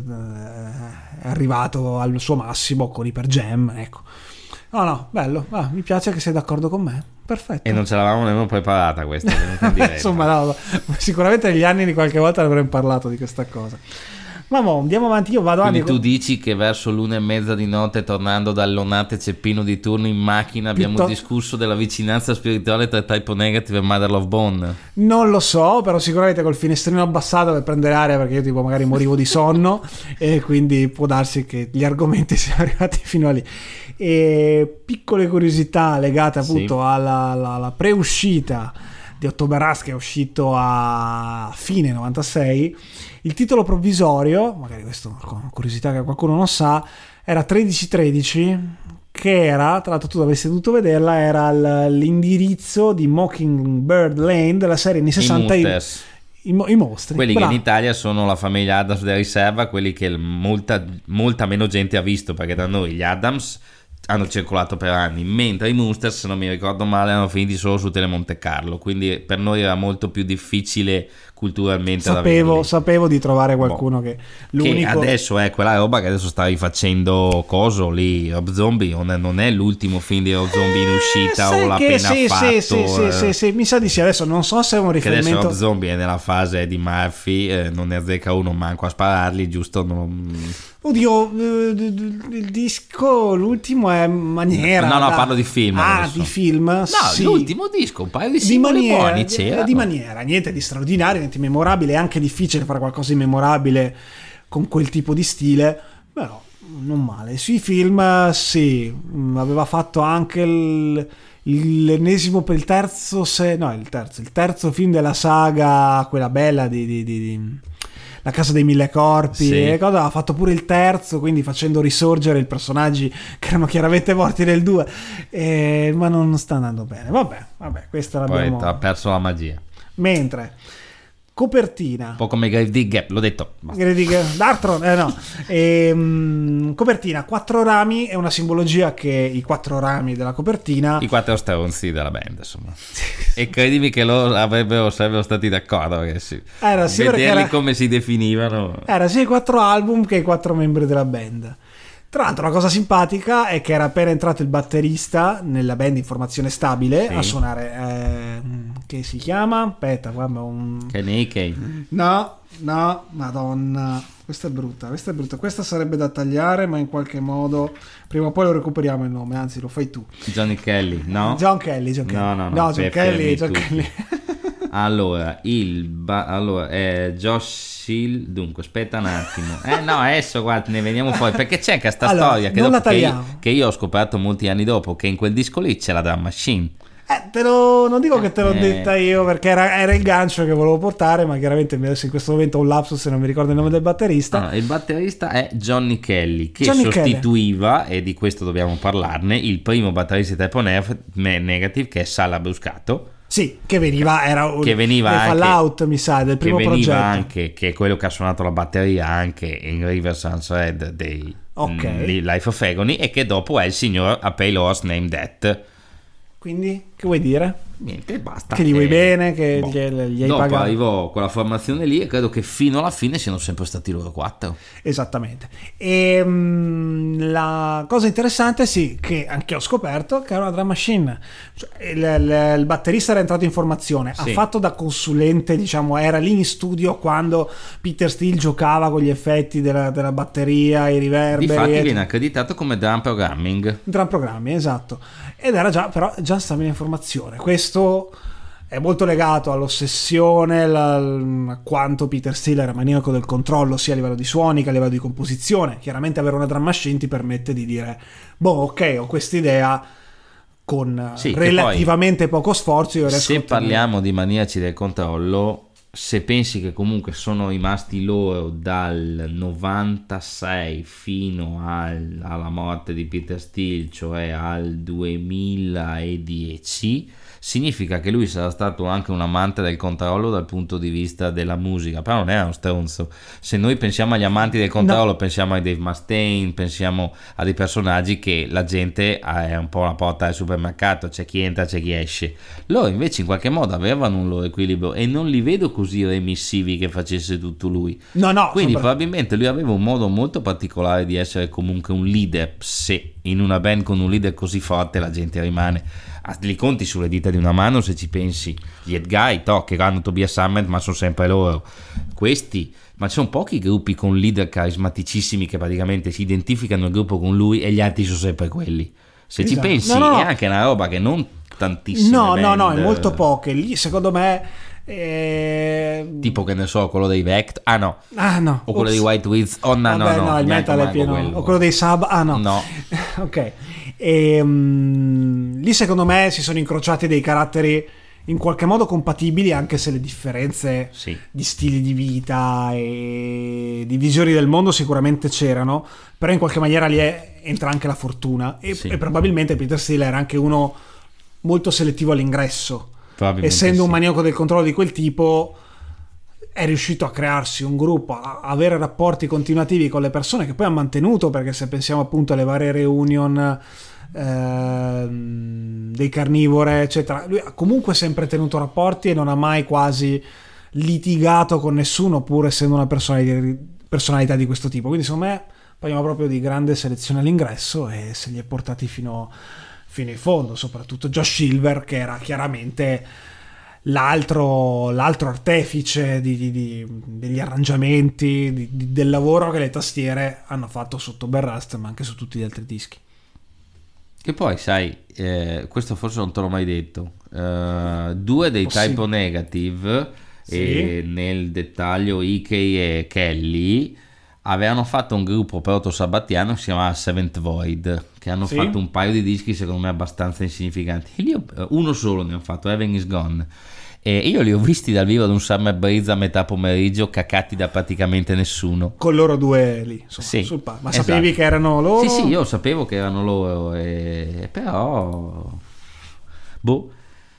è arrivato al suo massimo con i Pearl Jam, ecco. No, no, bello, ah, mi piace che sei d'accordo con me, perfetto. E non ce l'avevamo nemmeno preparata questa, insomma no, sicuramente negli anni di qualche volta ne avremmo parlato di questa cosa. Ma mo, andiamo avanti, io vado Quindi avanti. tu dici che verso l'una e mezza di notte, tornando dall'Onate Ceppino di turno in macchina, abbiamo Piuttosto... discusso della vicinanza spirituale tra Type O Negative e Mother Love Bone? Non lo so, però sicuramente col finestrino abbassato per prendere aria, perché io tipo magari morivo di sonno e quindi può darsi che gli argomenti siano arrivati fino a lì. E piccole curiosità legate appunto sì. alla, alla, alla preuscita di October Rust, che è uscito a fine novantasei. Il titolo provvisorio, magari questa è una curiosità che qualcuno non sa, era tredici tredici, che era, tra l'altro tu avresti dovuto vederla, era l'indirizzo di Mockingbird Lane della serie anni sessanta. I, I, i mostri. Quelli Bravo. Che in Italia sono la famiglia Addams della riserva, quelli che molta, molta meno gente ha visto, perché da noi gli Addams hanno circolato per anni, mentre i Munsters, se non mi ricordo male, hanno finiti solo su Tele Monte Carlo, quindi per noi era molto più difficile culturalmente sapevo, sapevo di trovare qualcuno boh. che l'unico... che adesso è quella roba che adesso sta rifacendo coso lì, Rob Zombie non è, non è l'ultimo film di Rob Zombie in uscita eh, o l'ha appena sì, fatto sì, sì, eh, sì, sì, sì, mi sa di sì, adesso non so se è un riferimento, che adesso Rob Zombie è nella fase di Murphy, eh, non ne azzecca uno manco a spararli, giusto? Non... oddio, il disco l'ultimo è Maniera, no no da... parlo di film ah adesso. Di film no sì. L'ultimo disco un paio di singoli di maniera, buoni c'era di Maniera, niente di straordinario, niente di memorabile, è anche difficile fare qualcosa di memorabile con quel tipo di stile, però non male. Sui film sì, aveva fatto anche il, l'ennesimo per il terzo se, no il terzo il terzo film della saga, quella bella di, di, di, di La Casa dei Mille Corpi, sì. E cosa ha fatto pure il terzo, quindi facendo risorgere i personaggi che erano chiaramente morti nel due, eh, ma non sta andando bene. Vabbè, vabbè, questa l'abbiamo... Poi ha perso la magia. Mentre copertina, un po' come Grave Digger, l'ho detto. Grave Digger, Dartron, eh no. E, um, copertina, quattro rami, è una simbologia che i quattro rami della copertina, i quattro stronzi della band, insomma. E credimi che loro avrebbero sarebbero stati d'accordo, perché sì. Era sì, vederli era, come si definivano. Era sia i quattro album che i quattro membri della band. Tra l'altro la cosa simpatica è che era appena entrato il batterista nella band in formazione stabile, sì. A suonare, eh, che si chiama? Aspetta, guarda un... Kenny Kay. No, no, madonna, questa è brutta, questa è brutta, questa sarebbe da tagliare, ma in qualche modo prima o poi lo recuperiamo il nome, anzi lo fai tu. Johnny Kelly, no? John Kelly, John Kelly. No, no, no, no John Kelly, John Kelly. Allora, il ba- allora, eh, Josh Hill, dunque, aspetta un attimo. Eh no, adesso guarda, ne veniamo fuori, perché c'è anche sta allora, storia che, dopo, che, io, che io ho scoperto molti anni dopo, che in quel disco lì c'è la drum machine. Eh, te lo, non dico che te l'ho eh. detta io, perché era, era il gancio che volevo portare, ma chiaramente adesso in questo momento ho un lapsus e non mi ricordo il nome del batterista. Allora, il batterista è Johnny Kelly, che Johnny sostituiva, Kelly. E di questo dobbiamo parlarne, il primo batterista di Type O Negative, che è Sala Bruscato. Sì, che veniva, era che veniva anche, Fallout, mi sa, del primo che veniva progetto. Anche, che è quello che ha suonato la batteria anche in River Sans Red dei okay. Life of Agony, e che dopo è il signor A Pale Horse Named Death. Quindi, che vuoi dire? Niente, basta. Che gli vuoi bene, che boh. gli, gli hai dopo pagato. arrivò quella formazione lì e credo che fino alla fine siano sempre stati loro quattro. Esattamente. E um, la cosa interessante sì, che anche ho scoperto che era una drum machine, cioè, il, il, il batterista era entrato in formazione, sì. Ha fatto da consulente, diciamo, era lì in studio quando Peter Steele giocava con gli effetti della, della batteria, i riverberi. Difatti viene accreditato come drum programming. Drum programming, esatto. Ed era già, però già stava in formazione. trasformazione. Questo è molto legato all'ossessione, la, a quanto Peter Steele era maniaco del controllo sia a livello di suoni che a livello di composizione. Chiaramente avere una drum machine ti permette di dire boh, ok, ho quest'idea, con sì, relativamente poi, poco sforzo io se parliamo di maniaci del controllo, se pensi che comunque sono rimasti loro dal novantasei fino al, alla morte di Peter Steele, cioè al duemiladieci, significa che lui sarà stato anche un amante del controllo dal punto di vista della musica, però non era uno stronzo. Se noi pensiamo agli amanti del controllo, no. pensiamo a Dave Mustaine, pensiamo a dei personaggi che la gente è un po' una porta al supermercato, c'è chi entra, c'è chi esce. Loro invece in qualche modo avevano un loro equilibrio e non li vedo così remissivi che facesse tutto lui. No, no, quindi sopra... probabilmente lui aveva un modo molto particolare di essere comunque un leader. Se in una band con un leader così forte la gente rimane, li conti sulle dita di una mano se ci pensi. Gli Ed Guy, to, che hanno Tobias Sammet, ma sono sempre loro questi, ma ci sono pochi gruppi con leader carismaticissimi che praticamente si identificano il gruppo con lui e gli altri sono sempre quelli. Se esatto. ci pensi no, no, no. è anche una roba che non tantissime no band... no no è molto poche lì, secondo me. Eh... tipo che ne so, quello dei Vect, ah no, ah, no. o quello Ops. dei White Wiz, oh no, Vabbè, no, no, no, il metal è pieno, quello. O quello dei Sub, ah no, no. ok. E, um, lì secondo me si sono incrociati dei caratteri in qualche modo compatibili, anche se le differenze sì. di stili di vita e di visioni del mondo sicuramente c'erano, però in qualche maniera lì è, entra anche la fortuna e, sì. e probabilmente Peter Steele era anche uno molto selettivo all'ingresso. Essendo sì. un maniaco del controllo di quel tipo, è riuscito a crearsi un gruppo, a avere rapporti continuativi con le persone che poi ha mantenuto, perché se pensiamo appunto alle varie reunion eh, dei Carnivore eccetera, lui ha comunque sempre tenuto rapporti e non ha mai quasi litigato con nessuno, pur essendo una personalità di questo tipo. Quindi secondo me parliamo proprio di grande selezione all'ingresso e se li è portati fino fino in fondo, soprattutto Josh Silver, che era chiaramente l'altro, l'altro artefice di, di, di, degli arrangiamenti, di, di, del lavoro che le tastiere hanno fatto sotto Ben Rust, ma anche su tutti gli altri dischi. Che poi, sai, eh, questo forse non te l'ho mai detto, uh, due dei Possibile. Type O Negative, sì. e nel dettaglio Ike e Kelly, avevano fatto un gruppo proto-sabattiano che si chiamava Seventh Void, che hanno sì. fatto un paio di dischi secondo me abbastanza insignificanti. E io, uno solo ne ho fatto, Heaven Is Gone, e io li ho visti dal vivo ad un Summer Breeze a metà pomeriggio, cacati da praticamente nessuno. Con loro due lì, insomma, sì, sul palco. Ma esatto. sapevi che erano loro? Sì, sì, io sapevo che erano loro, e... però... boh...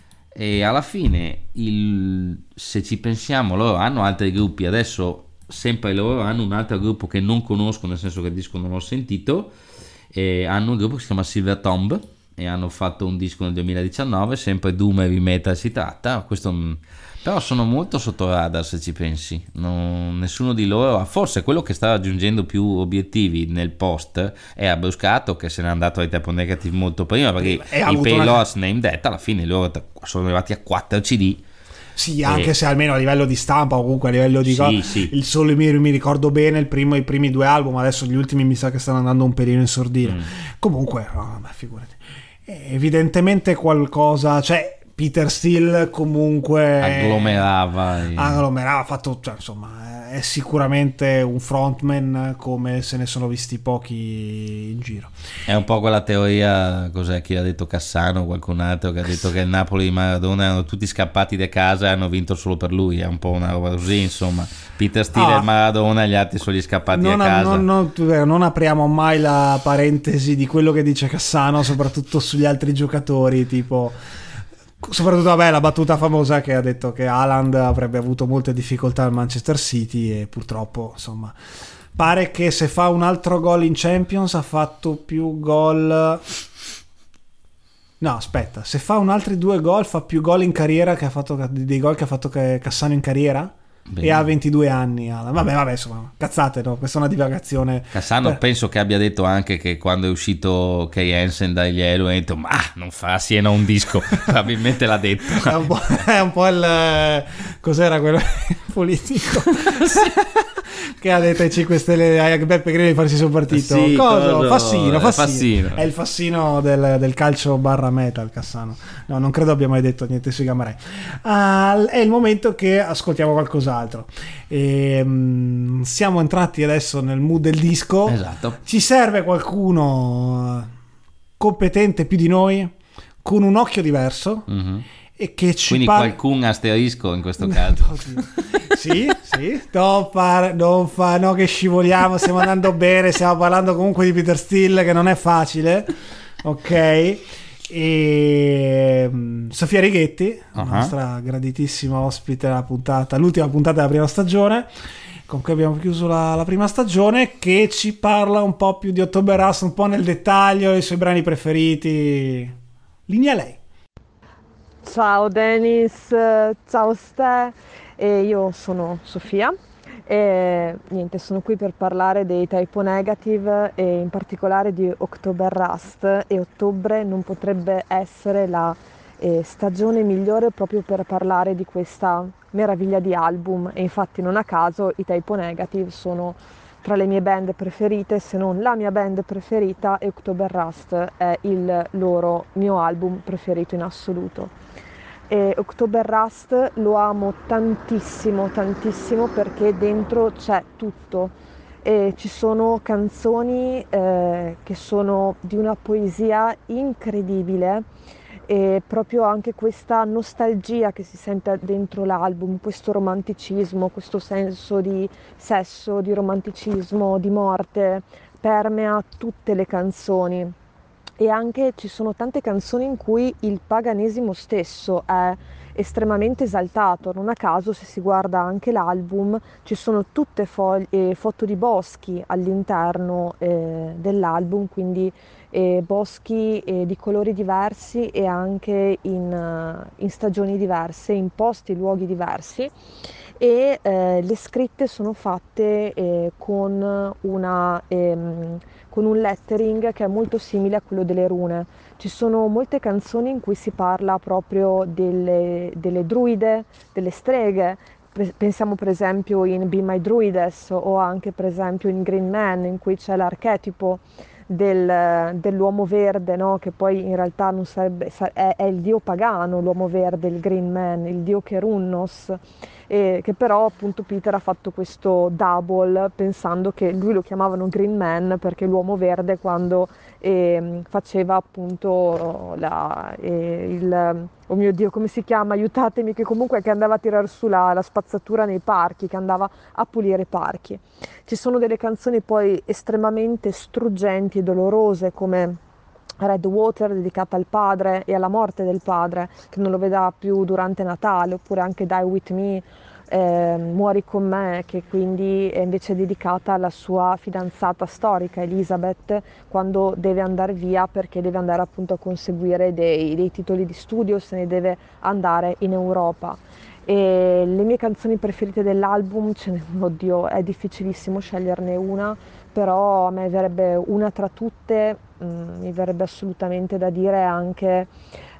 E alla fine, il... se ci pensiamo, loro hanno altri gruppi, adesso... sempre loro hanno un altro gruppo che non conosco, nel senso che il disco non l'ho sentito, e hanno un gruppo che si chiama Silver Tomb e hanno fatto un disco nel duemiladiciannove, sempre doom heavy metal si tratta. Questo però sono molto sotto radar se ci pensi, non, nessuno di loro, forse quello che sta raggiungendo più obiettivi nel post è Bruscato, che se n'è andato ai Type O Negative molto prima, perché i Payless una... Name Death alla fine loro sono arrivati a quattro C D. Sì, anche eh. se almeno a livello di stampa o comunque a livello di sì, co- sì. il solo mi, mi ricordo bene il primo, i primi due album, adesso gli ultimi mi sa che stanno andando un pelino in sordina. Mm. Comunque, oh, ma figurati. Evidentemente qualcosa, cioè Peter Steele comunque agglomerava e... agglomerava, ha fatto, cioè, insomma, è sicuramente un frontman come se ne sono visti pochi in giro. È un po' quella teoria, cos'è, chi ha detto, Cassano o qualcun altro, che ha detto che il Napoli di Maradona erano tutti scappati da casa e hanno vinto solo per lui. È un po' una roba così, insomma. Peter Steele ah, e Maradona, gli altri sono gli scappati non, a casa. Non, non, non apriamo mai la parentesi di quello che dice Cassano, soprattutto sugli altri giocatori, tipo... soprattutto vabbè la battuta famosa che ha detto che Haaland avrebbe avuto molte difficoltà al Manchester City e purtroppo insomma pare che se fa un altro gol in Champions ha fatto più gol, no aspetta, se fa un altri due gol fa più gol in carriera che ha fatto dei gol che ha fatto Cassano in carriera. Bene. E ha ventidue anni. Vabbè, vabbè, insomma, cazzate, no? Questa è una divagazione. Cassano per... penso che abbia detto anche che quando è uscito Kay Hansen dai Yellow ha detto ma non fa a Siena un disco. Probabilmente l'ha detto. È un po', è un po' il... cos'era quello politico? che ha detto ai cinque Stelle a Beppe Grillo di farsi sul partito. Sì, Coso? coso? Fassino, Fassino. Fassino. È il Fassino del, del calcio barra metal, Cassano. No, non credo abbia mai detto niente sui Gamarei. Uh, è il momento che ascoltiamo qualcos'altro. E, um, siamo entrati adesso nel mood del disco. Esatto. Ci serve qualcuno competente più di noi, con un occhio diverso. Mm-hmm. E che ci quindi par- qualcun asterisco in questo caso. Sì, sì, non fa, non fa, no che scivoliamo, stiamo andando bene, stiamo parlando comunque di Peter Steele, che non è facile, ok? E Sofia Righetti, uh-huh. la nostra graditissima ospite della puntata, l'ultima puntata della prima stagione, con cui abbiamo chiuso la, la prima stagione, che ci parla un po' più di October Rust, un po' nel dettaglio, i suoi brani preferiti. Linea lei. Ciao Dennis, ciao Ste, e io sono Sofia e niente, sono qui per parlare dei Type O Negative e in particolare di October Rust, e ottobre non potrebbe essere la eh, stagione migliore proprio per parlare di questa meraviglia di album, e infatti non a caso i Type O Negative sono tra le mie band preferite, se non la mia band preferita, e October Rust è il loro mio album preferito in assoluto. E October Rust lo amo tantissimo, tantissimo, perché dentro c'è tutto. E ci sono canzoni eh, che sono di una poesia incredibile, e proprio anche questa nostalgia che si sente dentro l'album, questo romanticismo, questo senso di sesso, di romanticismo, di morte, permea tutte le canzoni. E anche ci sono tante canzoni in cui il paganesimo stesso è estremamente esaltato. Non a caso, se si guarda anche l'album, ci sono tutte foglie, foto di boschi all'interno eh, dell'album, quindi eh, boschi eh, di colori diversi e anche in, uh, in stagioni diverse, in posti, luoghi diversi. E eh, le scritte sono fatte eh, con, una, ehm, con un lettering che è molto simile a quello delle rune. Ci sono molte canzoni in cui si parla proprio delle, delle druide, delle streghe. Pensiamo per esempio in Be My Druides, o anche per esempio in Green Man, in cui c'è l'archetipo del, dell'uomo verde, no? Che poi in realtà non sarebbe, è, è il dio pagano, l'uomo verde, il Green Man, il dio Kerunnos, e che però appunto Peter ha fatto questo double pensando che lui lo chiamavano Green Man perché l'uomo verde, quando eh, faceva appunto la, eh, il oh mio Dio, come si chiama? Aiutatemi, che comunque che andava a tirar su la, la spazzatura nei parchi, che andava a pulire i parchi. Ci sono delle canzoni poi estremamente struggenti e dolorose, come Red Water, dedicata al padre e alla morte del padre, che non lo vedrà più durante Natale, oppure anche Die With Me, eh, Muori con me, che quindi è invece dedicata alla sua fidanzata storica Elizabeth, quando deve andare via perché deve andare appunto a conseguire dei, dei titoli di studio, se ne deve andare in Europa. E le mie canzoni preferite dell'album, ce ne, oddio, è difficilissimo sceglierne una, però a me verrebbe una tra tutte, mh, mi verrebbe assolutamente da dire anche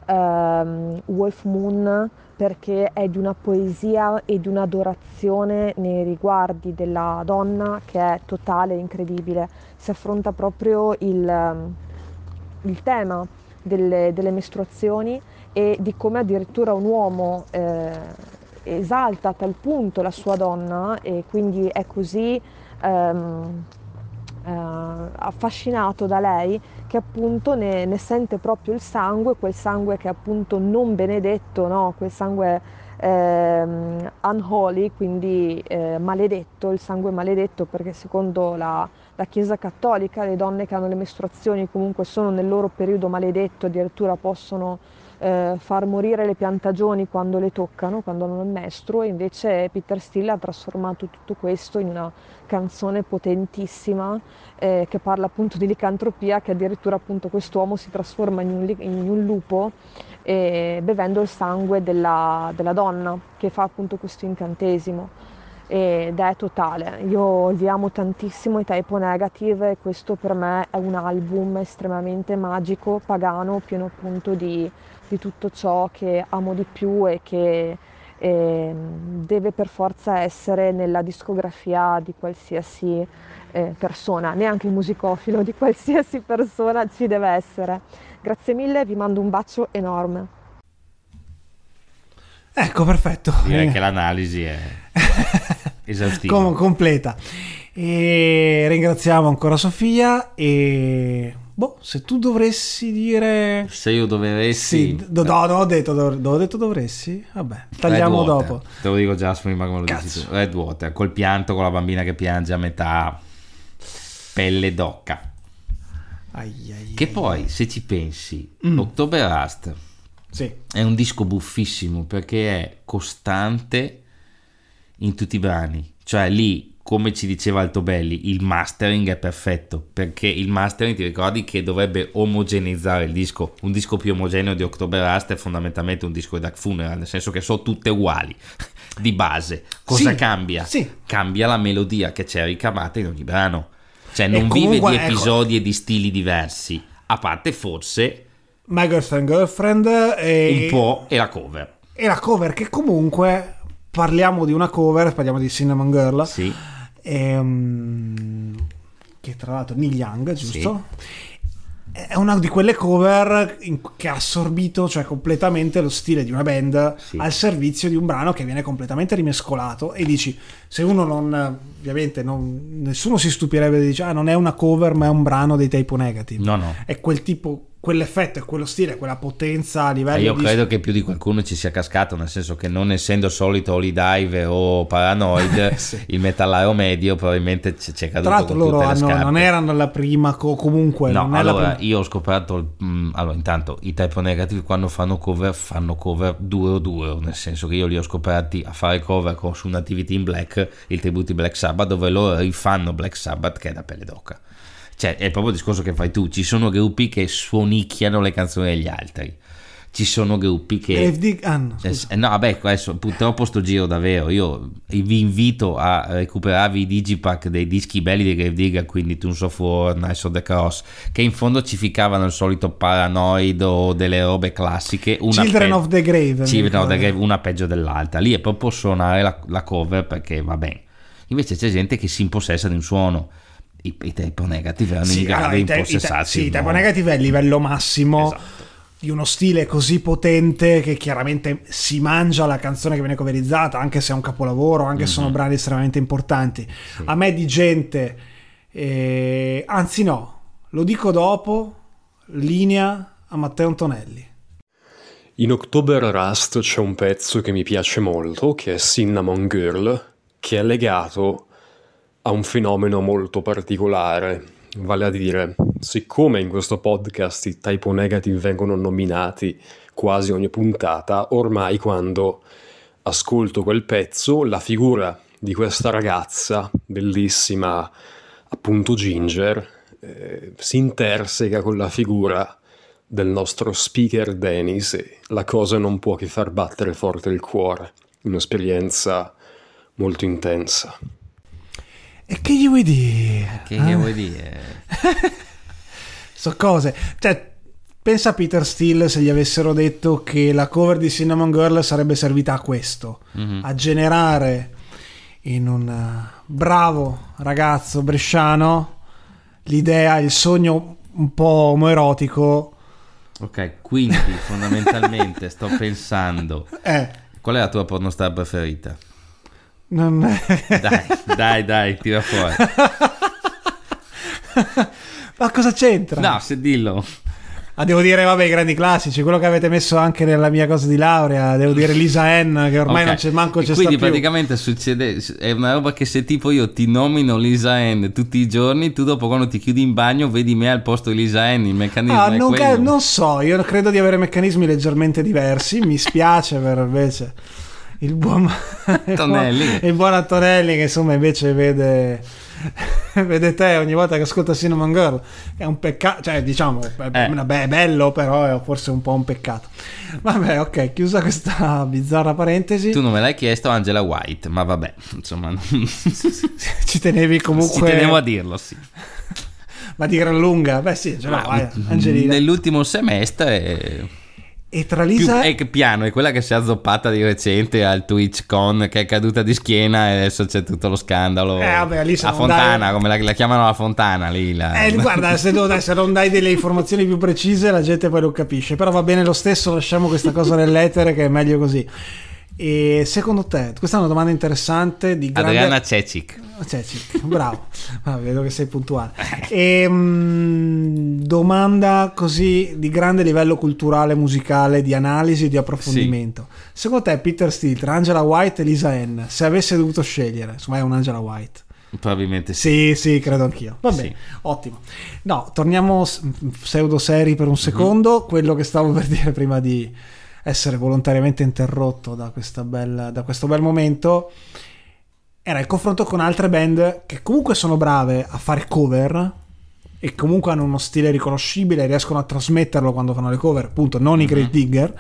um, Wolf Moon, perché è di una poesia e di un'adorazione nei riguardi della donna che è totale e incredibile. Si affronta proprio il, il tema delle, delle mestruazioni e di come addirittura un uomo eh, esalta a tal punto la sua donna, e quindi è così ehm, eh, affascinato da lei che appunto ne, ne sente proprio il sangue, quel sangue che è appunto non benedetto, no? Quel sangue ehm, unholy, quindi eh, maledetto, il sangue maledetto, perché secondo la, la Chiesa Cattolica le donne che hanno le mestruazioni comunque sono nel loro periodo maledetto, addirittura possono eh, far morire le piantagioni quando le toccano, quando hanno il mestruo, e invece Peter Steele ha trasformato tutto questo in una canzone potentissima eh, che parla appunto di licantropia, che addirittura appunto quest'uomo si trasforma in un, in un lupo eh, bevendo il sangue della, della donna, che fa appunto questo incantesimo, ed è totale. Io li amo tantissimo i Type O Negative, e questo per me è un album estremamente magico, pagano, pieno appunto di, di tutto ciò che amo di più e che e deve per forza essere nella discografia di qualsiasi eh, persona, neanche il musicofilo, di qualsiasi persona ci deve essere. Grazie mille, vi mando un bacio enorme. Ecco, perfetto. Direi eh. che l'analisi è esaustiva. Com- completa. E ringraziamo ancora Sofia e boh, se tu dovresti dire... Se io dovessi... Sì, do, no, no, ho detto, dov- ho detto dovresti? Vabbè, tagliamo dopo. Te lo dico già prima come lo dici tu. Redwater, col pianto, con la bambina che piange a metà, pelle d'oca. Ai, ai, che ai, poi, ai. se ci pensi, Mm. October Rust Sì. è un disco buffissimo perché è costante in tutti i brani. Cioè lì, come ci diceva Altobelli, il mastering è perfetto, perché il mastering, ti ricordi che dovrebbe omogeneizzare il disco. Un disco più omogeneo di October Rust è fondamentalmente un disco di Dark Funeral, nel senso che sono tutte uguali di base. Cosa Sì, cambia? sì. Cambia la melodia che c'è ricamata in ogni brano, cioè non comunque, vive di ecco, episodi e di stili diversi, a parte forse My Girlfriend Girlfriend e... un po' e la cover. E la cover, che comunque parliamo di una cover, parliamo di Cinnamon Girl, Sì. ehm, che tra l'altro Neil Young, giusto? È una di quelle cover in- che ha assorbito, cioè completamente lo stile di una band Sì. al servizio di un brano che viene completamente rimescolato, e dici, se uno non, ovviamente non, nessuno si stupirebbe di dire ah, non è una cover ma è un brano dei Type O Negative. No, no. È quel tipo, quell'effetto, è quello stile, quella potenza a livello E io di... credo che più di qualcuno ci sia cascato, nel senso che non essendo solito Holy Dive o Paranoid, Sì. il metallaro medio probabilmente c'è, c'è caduto Tra l'altro con loro tutte le hanno, scarpe. non erano la prima, co- comunque No, non è la allora prima. io ho scoperto, mh, allora intanto i Type O Negative quando fanno cover fanno cover duro duro, nel senso che io li ho scoperti a fare cover con su Nativity in Black, il tributo di Black Sabbath, dove loro rifanno Black Sabbath che è da pelle d'oca. Cioè è proprio il discorso che fai tu, ci sono gruppi che suonicchiano le canzoni degli altri, ci sono gruppi che Gravedigg- ah, no, eh, scusa. eh, no vabbè adesso purtroppo sto giro davvero, io vi invito a recuperarvi i digipack dei dischi belli di Gravedigger, quindi Tunes of War, Knights of the Cross, che in fondo ci ficavano il solito Paranoid o delle robe classiche, una Children pe- of the Grave, mi Children of the ricordo. Grave, una peggio dell'altra, lì è proprio suonare la, la cover perché va bene. Invece c'è gente che si impossessa di un suono. I, i Type O Negative erano in grado di allora, i te- i te- impossessarsi. sì, i Type O no? Negative è il livello massimo Esatto. di uno stile così potente che chiaramente si mangia la canzone che viene coverizzata, anche se è un capolavoro, anche se sono brani estremamente importanti. A me di gente, eh, anzi no, lo dico dopo, linea a Matteo Antonelli. In October Rust c'è un pezzo che mi piace molto, che è Cinnamon Girl, che è legato a un fenomeno molto particolare, vale a dire, siccome in questo podcast i Type O Negative vengono nominati quasi ogni puntata, ormai quando ascolto quel pezzo, la figura di questa ragazza, bellissima, appunto Ginger, eh, si interseca con la figura del nostro speaker Dennis e la cosa non può che far battere forte il cuore, un'esperienza molto intensa. E che gli vuoi dire? Che gli vuoi dire? So cose, cioè pensa a Peter Steele se gli avessero detto che la cover di Cinnamon Girl sarebbe servita a questo, Mhm. a generare in un uh, bravo ragazzo bresciano l'idea, il sogno un po' omoerotico. Ok, quindi fondamentalmente sto pensando, Eh, qual è la tua pornostar preferita? non... Dai, dai, dai, tira fuori. Ma cosa c'entra? No, se dillo. Ah, devo dire, vabbè, i grandi classici, quello che avete messo anche nella mia cosa di laurea, devo dire Lisa Ann, che ormai Ok. non c'è manco E c'è sta quindi più. praticamente succede, è una roba che se tipo io ti nomino Lisa Ann tutti i giorni, tu dopo quando ti chiudi in bagno vedi me al posto di Lisa Ann, il meccanismo Ah, è non, quello. ca- non so, io credo di avere meccanismi leggermente diversi, mi spiace per invece il buon Antonelli. il buon Antonelli che insomma invece vede vede te ogni volta che ascolta Cinnamon Girl, è un peccato, cioè diciamo è, Eh. beh, è bello, però è forse un po' un peccato. Vabbè, ok, chiusa questa bizzarra parentesi. Tu non me l'hai chiesto, Angela White, ma vabbè, insomma, non- Ci tenevi comunque, ci tenevo a dirlo, sì. ma di gran lunga, beh sì, ce l'ho, Ma, vai, Angelina. nell'ultimo semestre E tra Lisa più, è piano, è quella che si è azzoppata di recente al TwitchCon, che è caduta di schiena e adesso c'è tutto lo scandalo. Eh, vabbè, lì a Fontana, dai... come la, la chiamano la Fontana lì. La... Eh, guarda, se, non, se non dai delle informazioni più precise la gente poi lo capisce, però va bene lo stesso, lasciamo questa cosa nell'etere che è meglio così. E secondo te, questa è una domanda interessante di grande... Adriana Cecic. Cecic, bravo, ah, vedo che sei puntuale. E, mh, domanda così di grande livello culturale, musicale, di analisi, di approfondimento. Sì. Secondo te Peter Steele tra Angela White e Lisa Ann, se avesse dovuto scegliere, insomma è un Angela White? Probabilmente sì. Sì, sì, credo anch'io. Va bene, sì. Ottimo. No, torniamo pseudo seri per un secondo. Mm-hmm. Quello che stavo per dire prima di essere volontariamente interrotto da, questa bella, da questo bel momento era il confronto con altre band che comunque sono brave a fare cover e comunque hanno uno stile riconoscibile, riescono a trasmetterlo quando fanno le cover, appunto non mm-hmm. i Grave Digger.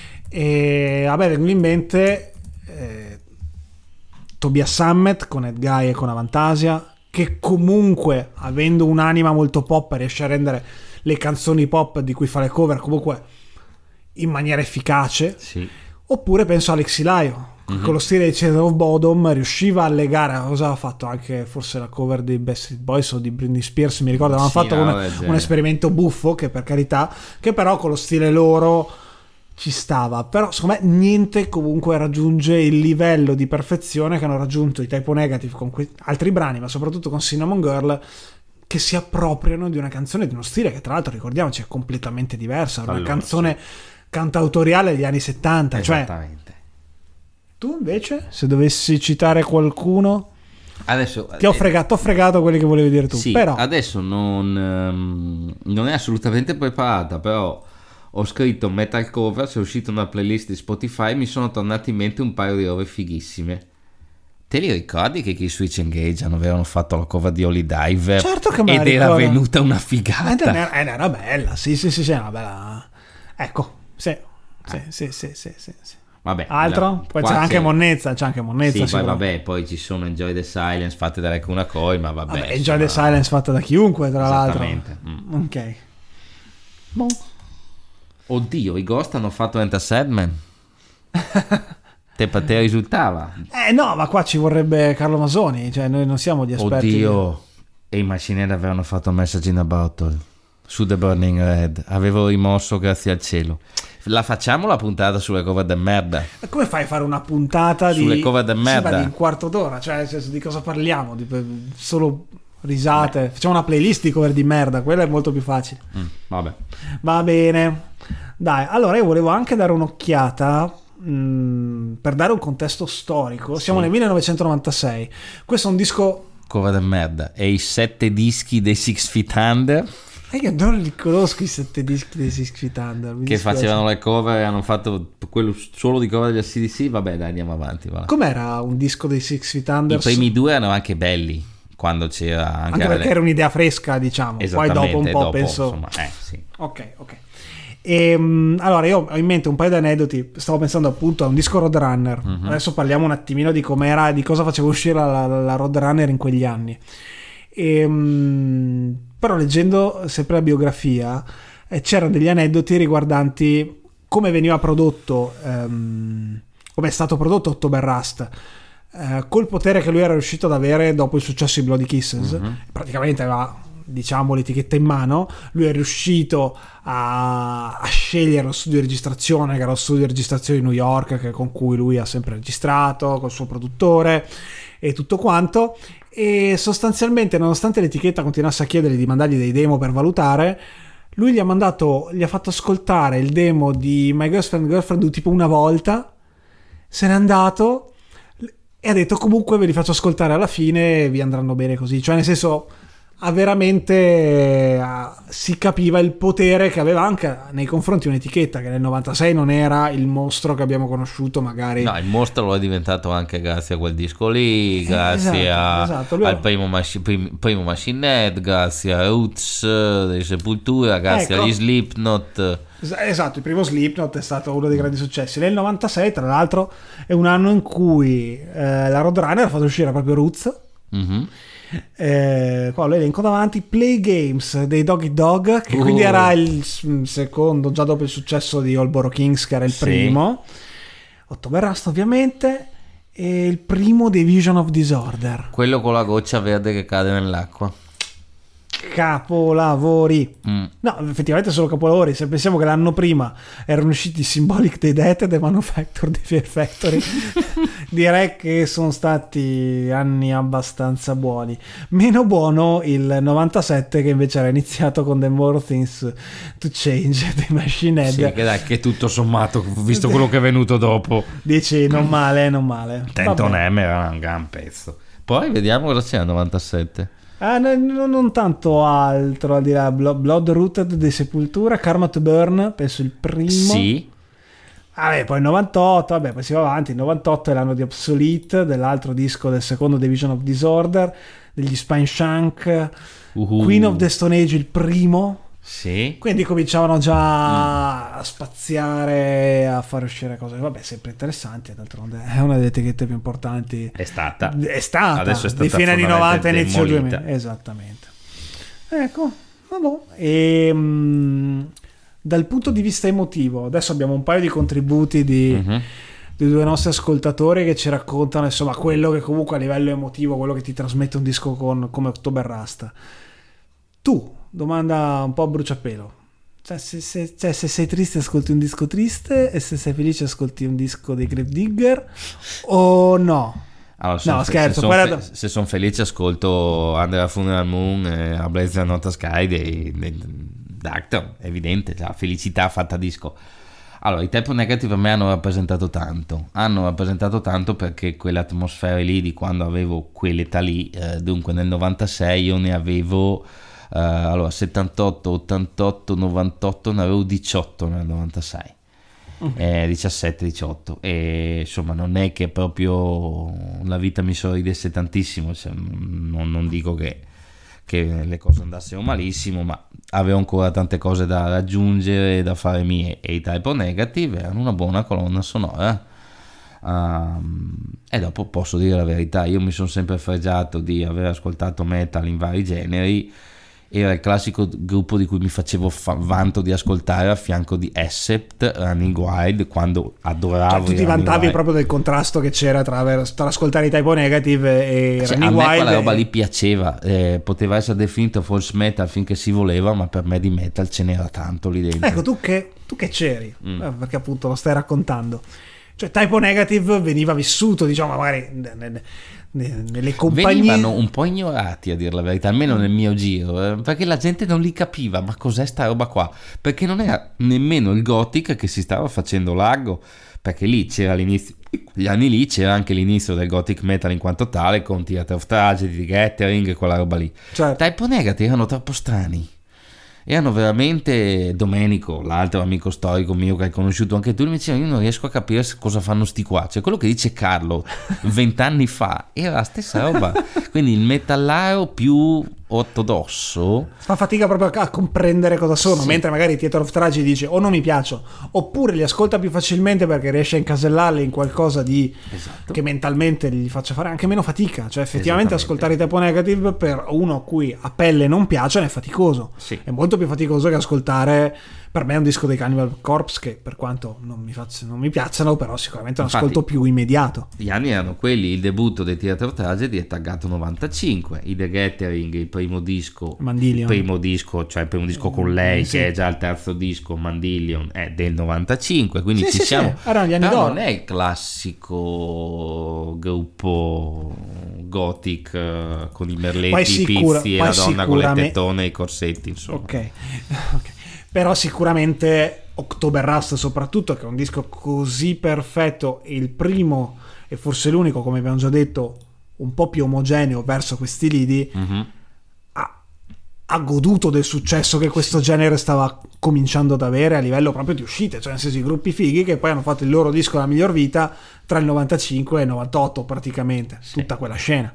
E vabbè, vengono in mente eh, Tobias Sammet con Ed Guy e con Avantasia, che comunque avendo un'anima molto pop riesce a rendere le canzoni pop di cui fa le cover comunque in maniera efficace. Sì. Oppure penso a Alex Ilaio, mm-hmm. con lo stile di Children of Bodom riusciva a legare, cosa ha fatto anche forse la cover dei Backstreet Boys o di Britney Spears, mi ricordo, avevano sì, fatto no, un, un esperimento buffo che per carità, che però con lo stile loro ci stava, però secondo me niente comunque raggiunge il livello di perfezione che hanno raggiunto i Type O Negative con que- altri brani, ma soprattutto con Cinnamon Girl, che si appropriano di una canzone, di uno stile che tra l'altro ricordiamoci è completamente diverso, una allora, canzone sì. cantautoriale degli anni settanta. Esattamente. Cioè, tu invece, se dovessi citare qualcuno, adesso ti ho fregato, ho fregato quelli che volevi dire tu. Sì, però adesso non, um, non è assolutamente preparata, però ho scritto metal cover, se è uscita una playlist di Spotify, mi sono tornati in mente un paio di robe fighissime. Te li ricordi che i Switch Engage avevano fatto la cover di Holy Diver? Certo che me la ed era ricordo. Venuta una figata. Ed era, ed era bella, sì, sì, sì, sì, una bella. Ecco, sì, sì, ah. sì, sì, sì, sì, sì. Vabbè, altro? allora, poi c'è anche Monnezza, c'è anche Monnezza. Sì, poi vabbè, poi ci sono Enjoy the Silence fatte da Raccoon Coil, ma vabbè. vabbè Enjoy the Silence fatta da chiunque, tra l'altro. Esattamente. Mm. Ok. Boh. Oddio, i Ghost hanno fatto Enter Sandman. Te, te risultava? Eh no, ma qua ci vorrebbe Carlo Masoni, cioè noi non siamo gli esperti. Oddio, e i Machinera avevano fatto Message in a Bottle su The Burning Red, avevo rimosso grazie al cielo. La facciamo la puntata sulle cover de merda? E come fai a fare una puntata sulle di cover de merda? Sì, di un quarto d'ora, cioè di cosa parliamo? Di, solo risate. Beh. Facciamo una playlist di cover di merda, quella è molto più facile. Mm, vabbè. Va bene. Dai, allora io volevo anche dare un'occhiata mh, per dare un contesto storico. Siamo sì. nel millenovecentonovantasei. Questo è un disco cover de merda. E i sette dischi dei Six Feet Under. E io non li conosco i sette dischi dei Six Feet Under. Mi che dispiace. Facevano le cover e hanno fatto quello solo di cover degli A C D C. Vabbè, dai, andiamo avanti. Va. Com'era un disco dei Six Feet Under? I primi due erano anche belli. Quando c'era anche, anche perché le... era un'idea fresca, diciamo. Poi dopo un po' dopo, penso. Insomma, eh, sì. Ok, ok. E, allora io ho in mente un paio di aneddoti. Stavo pensando appunto a un disco Roadrunner. Mm-hmm. Adesso parliamo un attimino di com'era, di cosa faceva uscire la, la, la Roadrunner in quegli anni. E, mh, però leggendo sempre la biografia eh, c'erano degli aneddoti riguardanti come veniva prodotto, ehm, come è stato prodotto October Rust. Eh, col potere che lui era riuscito ad avere dopo il successo di Bloody Kisses, mm-hmm. praticamente aveva, diciamo, l'etichetta in mano. Lui è riuscito a, a scegliere lo studio di registrazione, che era lo studio di registrazione di New York, che, con cui lui ha sempre registrato, col suo produttore e tutto quanto. E sostanzialmente, nonostante l'etichetta continuasse a chiedergli di mandargli dei demo per valutare, lui gli ha mandato, gli ha fatto ascoltare il demo di My Girlfriend Girlfriend tipo una volta, se n'è andato e ha detto comunque ve li faccio ascoltare alla fine e vi andranno bene così. Cioè nel senso, ha veramente uh, si capiva il potere che aveva anche nei confronti di un'etichetta che nel novantasei non era il mostro che abbiamo conosciuto magari. No, il mostro lo è diventato anche grazie a quel disco lì, grazie eh, esatto, a, esatto. al ha... primo, maci- prim- primo Machine Head, grazie a Roots dei Sepultura, grazie ecco. agli Slipknot. Esatto, il primo Slipknot è stato uno dei grandi successi. Nel novantasei, tra l'altro, è un anno in cui eh, la Roadrunner ha fatto uscire proprio Roots. Mm-hmm. Eh, qua l'elenco davanti. Play Games dei Dog Eat Dog, che uh. quindi era il secondo, già dopo il successo di Holboro Kings, che era il sì. primo. October Rust ovviamente. E il primo Division of Disorder, quello con la goccia verde che cade nell'acqua. Capolavori. mm. No, effettivamente sono capolavori. Se pensiamo che l'anno prima erano usciti Symbolic dei Death e The Manufacture di Fear Factory, direi che sono stati anni abbastanza buoni. Meno buono il novantasette, che invece era iniziato con The More Things to Change di Machine Head. Sì, che dai, che tutto sommato, visto quello che è venuto dopo, dici non male, non male. Tenton M era un gran pezzo. Poi vediamo cosa c'è al novantasette. Ah, no, no, non tanto altro al di là. Blood Rooted di Sepultura, Karma to Burn, penso il primo. Sì. Vabbè, poi il novantotto, vabbè, poi si va avanti. Il novantotto è l'anno di Obsolete, dell'altro disco del secondo Division of Disorder, degli Spine Shank, uh-huh. Queen of the Stone Age il primo. Sì. Quindi cominciavano già mm. a spaziare, a fare uscire cose, vabbè, sempre interessanti. D'altronde è una delle etichette più importanti. È stata. È stata. Adesso è stata di fine anni novanta, inizio demolita. duemila. Esattamente. Ecco, vabbè. E mh, dal punto di vista emotivo, adesso abbiamo un paio di contributi di, mm-hmm. di due nostri ascoltatori che ci raccontano, insomma, quello che comunque a livello emotivo, quello che ti trasmette un disco con, come October Rust. Tu, domanda un po' a bruciapelo, cioè se, se, cioè se sei triste ascolti un disco triste, e se sei felice ascolti un disco dei Gravedigger o no? Allora, no, fe- scherzo. Se sono fe- da... son felice ascolto Under a Funeral Moon e A Blaze Not a Sky dei, dei Darkton, è evidente, la felicità fatta disco. Allora, i Type O Negative a me hanno rappresentato tanto, hanno rappresentato tanto perché quelle atmosfere lì di quando avevo quell'età lì, eh, dunque nel novantasei io ne avevo... Uh, allora settantotto, ottantotto, novantotto, ne avevo diciotto nel novantasei, uh-huh. eh, diciassette, diciotto, e insomma non è che proprio la vita mi sorridesse tantissimo, cioè, non, non dico che, che le cose andassero malissimo, ma avevo ancora tante cose da raggiungere, da fare mie, e i Type O Negative erano una buona colonna sonora. Um, e dopo posso dire la verità, io mi sono sempre fregiato di aver ascoltato metal in vari generi. Era il classico gruppo di cui mi facevo fa- vanto di ascoltare a fianco di Accept, Running Wild, quando adoravo. Cioè, tu ti vantavi Wild. Proprio del contrasto che c'era tra, aver, tra ascoltare i Type O Negative e cioè, Running Wild. A me quella e... roba lì piaceva, eh, poteva essere definito false metal finché si voleva, ma per me di metal ce n'era tanto lì dentro. Ecco, tu che, tu che c'eri, mm. eh, perché appunto lo stai raccontando. Cioè Type O Negative veniva vissuto, diciamo, magari nelle compagnie, venivano un po' ignorati, a dir la verità, almeno nel mio giro, eh, perché la gente non li capiva, ma cos'è sta roba qua, perché non era nemmeno il gothic che si stava facendo largo, perché lì c'era l'inizio, gli anni lì c'era anche l'inizio del gothic metal in quanto tale, con Theater of Tragedy, Gathering e quella roba lì. Certo. Type O Negative erano troppo strani. Erano veramente, Domenico, l'altro amico storico mio che hai conosciuto anche tu, mi diceva: io non riesco a capire cosa fanno sti qua, cioè quello che dice Carlo vent'anni fa era la stessa roba, quindi il metallaro più ortodosso fa fatica proprio a comprendere cosa sono, sì. Mentre magari Theater of Tragedy dice o non mi piacciono, oppure li ascolta più facilmente perché riesce a incasellarli in qualcosa di esatto. che mentalmente gli faccia fare anche meno fatica, cioè effettivamente ascoltare i Type O Negative per uno a cui a pelle non piacciono è faticoso, sì. È molto più faticoso che ascoltare per me un disco dei Cannibal Corpse, che per quanto non mi, faccia, non mi piacciono, però sicuramente è un ascolto più immediato. Gli anni erano quelli, il debutto dei Theater of Tragedy è taggato novantacinque, i The Gathering, il primo disco Mandillion. il primo disco, cioè il primo disco con lei, sì. Che è già il terzo disco, Mandillion, è del novantacinque, quindi sì, ci sì, siamo, sì. Erano gli anni però d'oro. Non è il classico gruppo gothic con i merletti, i pizzi e la donna con le tettone e i corsetti, insomma. Ok, ok. Però sicuramente October Rust soprattutto, che è un disco così perfetto, il primo e forse l'unico, come abbiamo già detto, un po' più omogeneo verso questi lidi, mm-hmm. ha, ha goduto del successo che questo genere stava cominciando ad avere a livello proprio di uscite, cioè nel senso i gruppi fighi che poi hanno fatto il loro disco La miglior vita tra il novantacinque e il novantotto praticamente, sì. Tutta quella scena.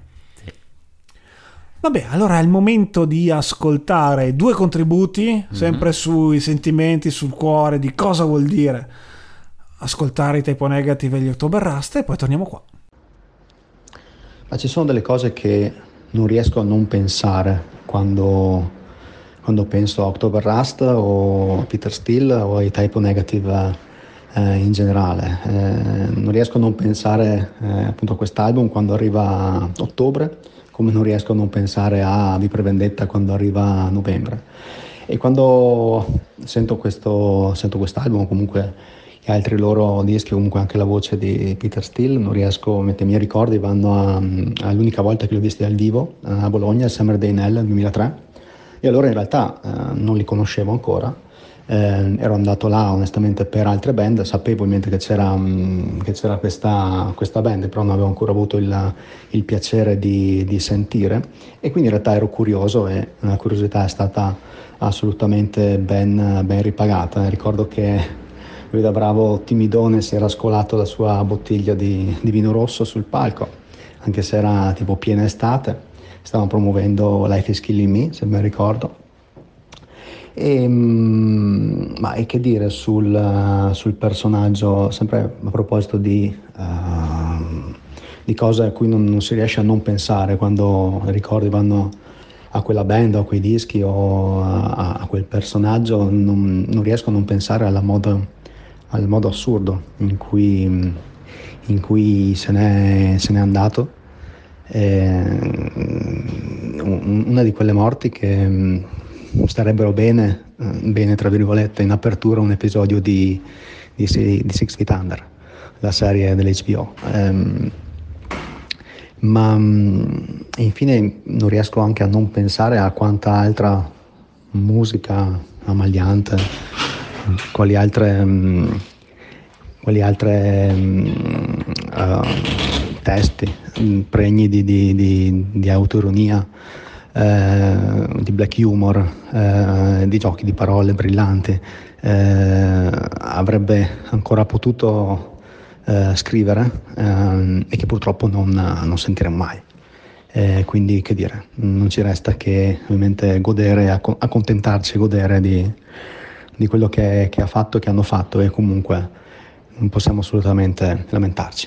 Vabbè, allora è il momento di ascoltare due contributi, mm-hmm. sempre sui sentimenti, sul cuore, di cosa vuol dire ascoltare i Type O Negative e gli October Rust, e poi torniamo qua. Ma ci sono delle cose che non riesco a non pensare quando, quando penso a October Rust o a Peter Steele o ai Type O Negative eh, in generale. Eh, non riesco a non pensare eh, appunto a quest'album quando arriva ottobre, come non riesco a non pensare a V per Vendetta quando arriva novembre. E quando sento questo sento quest'album, comunque gli altri loro dischi, comunque anche la voce di Peter Steele, non riesco, i miei ricordi vanno a, all'unica volta che li ho visti dal vivo a Bologna, il Summer Day Nell nel duemilatré, e allora in realtà eh, non li conoscevo ancora, eh, ero andato là onestamente per altre band, sapevo ovviamente che c'era, mh, che c'era questa, questa band, però non avevo ancora avuto il, il piacere di, di sentire, e quindi in realtà ero curioso e la curiosità è stata assolutamente ben, ben ripagata. Ricordo che lui da bravo timidone si era scolato la sua bottiglia di, di vino rosso sul palco, anche se era tipo piena estate, stavano promuovendo Life is Killing Me, se ben ricordo. E, ma e che dire sul, sul personaggio, sempre a proposito di, uh, di cose a cui non, non si riesce a non pensare quando i ricordi vanno a quella band o a quei dischi o a, a quel personaggio, non, non riesco a non pensare alla moda al modo assurdo in cui, in cui se n'è, se n'è andato. Eh, una di quelle morti che starebbero bene, bene tra virgolette, in apertura un episodio di, di, di Six Feet Under, la serie dell'H B O. Eh, ma infine non riesco anche a non pensare a quanta altra musica ammagliante, quali altre, um, quali altre um, uh, testi um, pregni di, di, di, di autoironia, uh, di black humor, uh, di giochi di parole brillanti, uh, avrebbe ancora potuto uh, scrivere uh, e che purtroppo non, non sentiremo mai. Eh, quindi che dire, non ci resta che ovviamente godere, accontentarci e godere di di quello che, che ha fatto e che hanno fatto, e comunque non possiamo assolutamente lamentarci.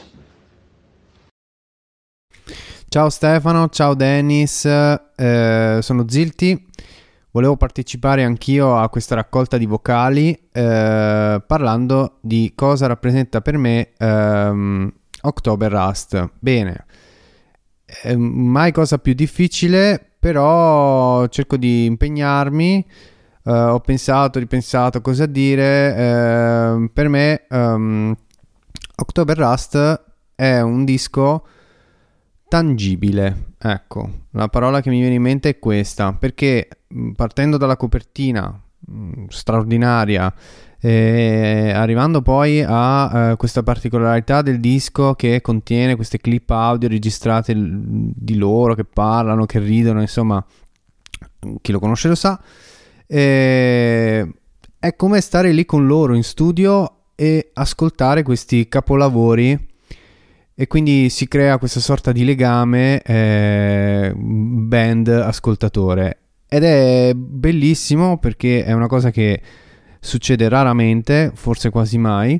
Ciao Stefano, ciao Dennis, eh, sono Zilti, volevo partecipare anch'io a questa raccolta di vocali eh, parlando di cosa rappresenta per me ehm, October Rust. Bene, eh, mai cosa più difficile, però cerco di impegnarmi. Uh, ho pensato, ripensato cosa dire. Uh, per me um, October Rust è un disco tangibile, ecco, la parola che mi viene in mente è questa, perché partendo dalla copertina mh, straordinaria e arrivando poi a uh, questa particolarità del disco che contiene queste clip audio registrate l- di loro che parlano, che ridono, insomma chi lo conosce lo sa. E è come stare lì con loro in studio e ascoltare questi capolavori, e quindi si crea questa sorta di legame eh, band ascoltatore, ed è bellissimo perché è una cosa che succede raramente, forse quasi mai.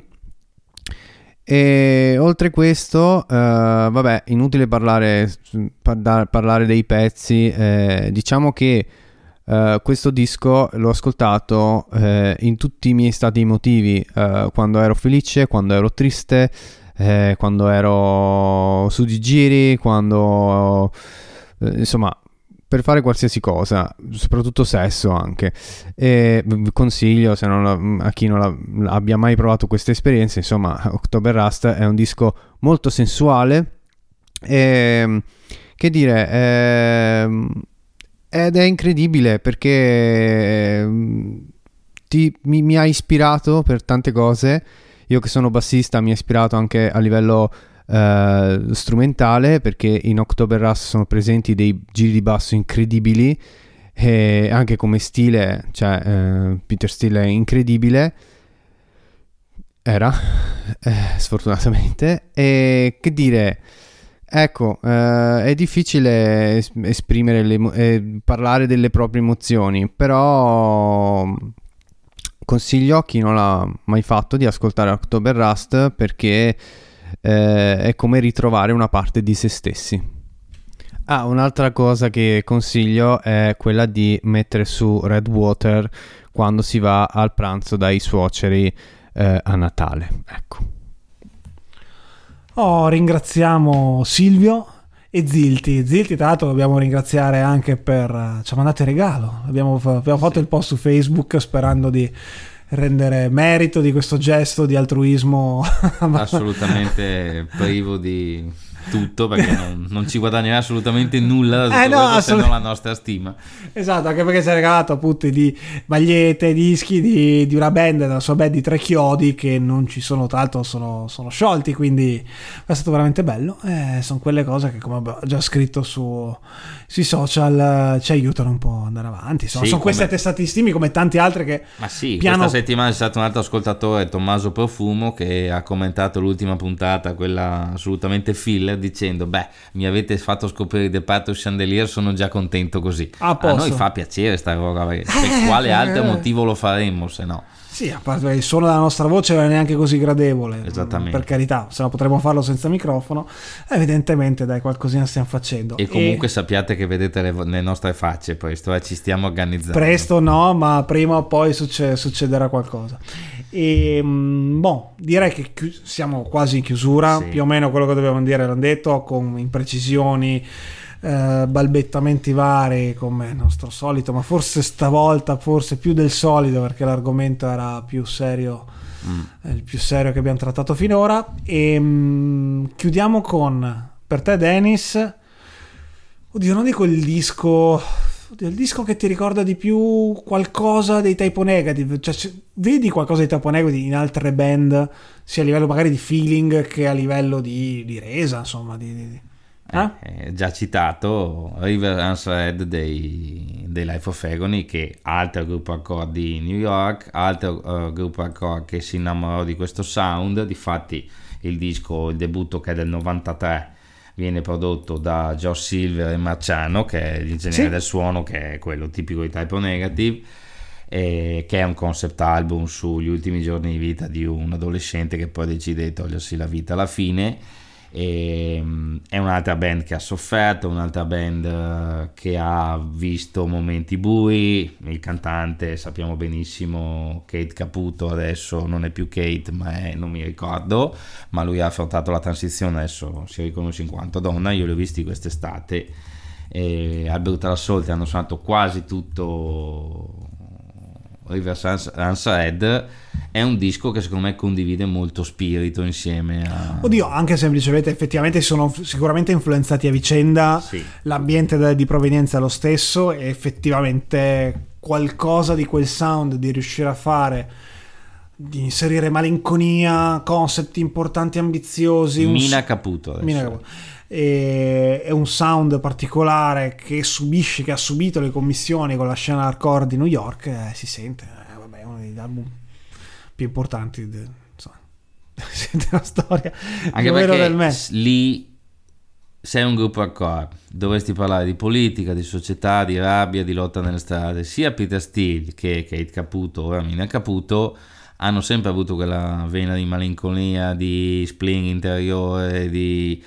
E oltre questo eh, vabbè, inutile parlare, par- parlare dei pezzi, eh, diciamo che Uh, questo disco l'ho ascoltato uh, in tutti i miei stati emotivi, uh, quando ero felice, quando ero triste, uh, quando ero su di giri, quando uh, insomma per fare qualsiasi cosa, soprattutto sesso anche. E vi consiglio, se non la, a chi non la, abbia mai provato questa esperienza, insomma October Rust è un disco molto sensuale e, che dire, è, ed è incredibile perché ti, mi, mi ha ispirato per tante cose. Io che sono bassista mi ha ispirato anche a livello eh, strumentale, perché in October Rust sono presenti dei giri di basso incredibili, e anche come stile, cioè eh, Peter Steele è incredibile, era eh, sfortunatamente. E che dire, ecco, eh, è difficile es- esprimere le emo- eh, parlare delle proprie emozioni, però consiglio a chi non l'ha mai fatto di ascoltare October Rust, perché eh, è come ritrovare una parte di se stessi. Ah, un'altra cosa che consiglio è quella di mettere su Red Water quando si va al pranzo dai suoceri eh, a Natale, ecco. Oh, ringraziamo Silvio e Zilti. Zilti tra l'altro dobbiamo ringraziare anche per... ci ha mandato il regalo, abbiamo, abbiamo fatto sì. il post su Facebook sperando di rendere merito di questo gesto di altruismo assolutamente privo di tutto, perché non, non ci guadagnerà assolutamente nulla da eh no, questo, assolut- se non la nostra stima. Esatto, anche perché si è regalato appunto di magliette, dischi di, di una band, della sua band di Tre Chiodi, che non ci sono, tra l'altro sono, sono sciolti, quindi è stato veramente bello. Eh, sono quelle cose che, come ho già scritto su, sui social, ci aiutano un po' ad andare avanti. Insomma, sì, sono come... queste testate di stimi come tanti altri che ma sì, piano... questa settimana c'è stato un altro ascoltatore, Tommaso Profumo, che ha commentato l'ultima puntata, quella assolutamente filler, dicendo: beh, mi avete fatto scoprire The Path of Chandelier, sono già contento così. A, a noi fa piacere sta roba, perché per quale altro motivo lo faremmo se no? Sì, a parte il suono della nostra voce non è neanche così gradevole, esattamente, per carità, se no potremmo farlo senza microfono. Evidentemente dai, qualcosina stiamo facendo. E comunque e... sappiate che vedete le, le nostre facce presto, eh, ci stiamo organizzando. Presto no, ma prima o poi succe- succederà qualcosa. E boh, direi che chi- siamo quasi in chiusura, sì. Più o meno quello che dobbiamo dire l'hanno detto, con imprecisioni, eh, balbettamenti vari come il nostro solito, ma forse stavolta forse più del solito, perché l'argomento era più serio, mm. il più serio che abbiamo trattato finora. E mh, chiudiamo con, per te Dennis, oddio non dico il disco, oddio, il disco che ti ricorda di più qualcosa dei Type O Negative, cioè vedi qualcosa di Type O Negative in altre band, sia a livello magari di feeling che a livello di, di resa, insomma di, di... Eh? Eh, già citato River Answered dei, dei Life of Agony, che altro gruppo hardcore di New York, altro uh, gruppo hardcore che si innamorò di questo sound. Difatti il disco, il debutto, che è del novantatré, viene prodotto da Josh Silver e Marciano, che è l'ingegnere sì. del suono, che è quello tipico di Type O Negative, eh, che è un concept album sugli ultimi giorni di vita di un adolescente che poi decide di togliersi la vita alla fine. E, è un'altra band che ha sofferto, un'altra band che ha visto momenti bui. Il cantante, sappiamo benissimo, Kate Caputo adesso non è più Kate, ma è, non mi ricordo, ma lui ha affrontato la transizione, adesso si riconosce in quanto donna. Io li ho visti quest'estate e al Brutal Assault hanno suonato quasi tutto River Answered. È un disco che secondo me condivide molto spirito insieme a... Oddio, anche semplicemente effettivamente sono sicuramente influenzati a vicenda, sì. L'ambiente di provenienza è lo stesso e effettivamente qualcosa di quel sound, di riuscire a fare, di inserire malinconia, concept importanti, ambiziosi, Mina un... Caputo adesso. Mina Caputo. E è un sound particolare che subisce, che ha subito le commissioni con la scena hardcore di New York, eh, si sente, eh, vabbè, è uno degli album più importanti de, insomma, della storia, anche perché del me. Lì sei un gruppo hardcore, dovresti parlare di politica, di società, di rabbia, di lotta nelle strade. Sia Peter Steele che Kate Caputo, ora Mina Caputo, hanno sempre avuto quella vena di malinconia, di spleen interiore, di...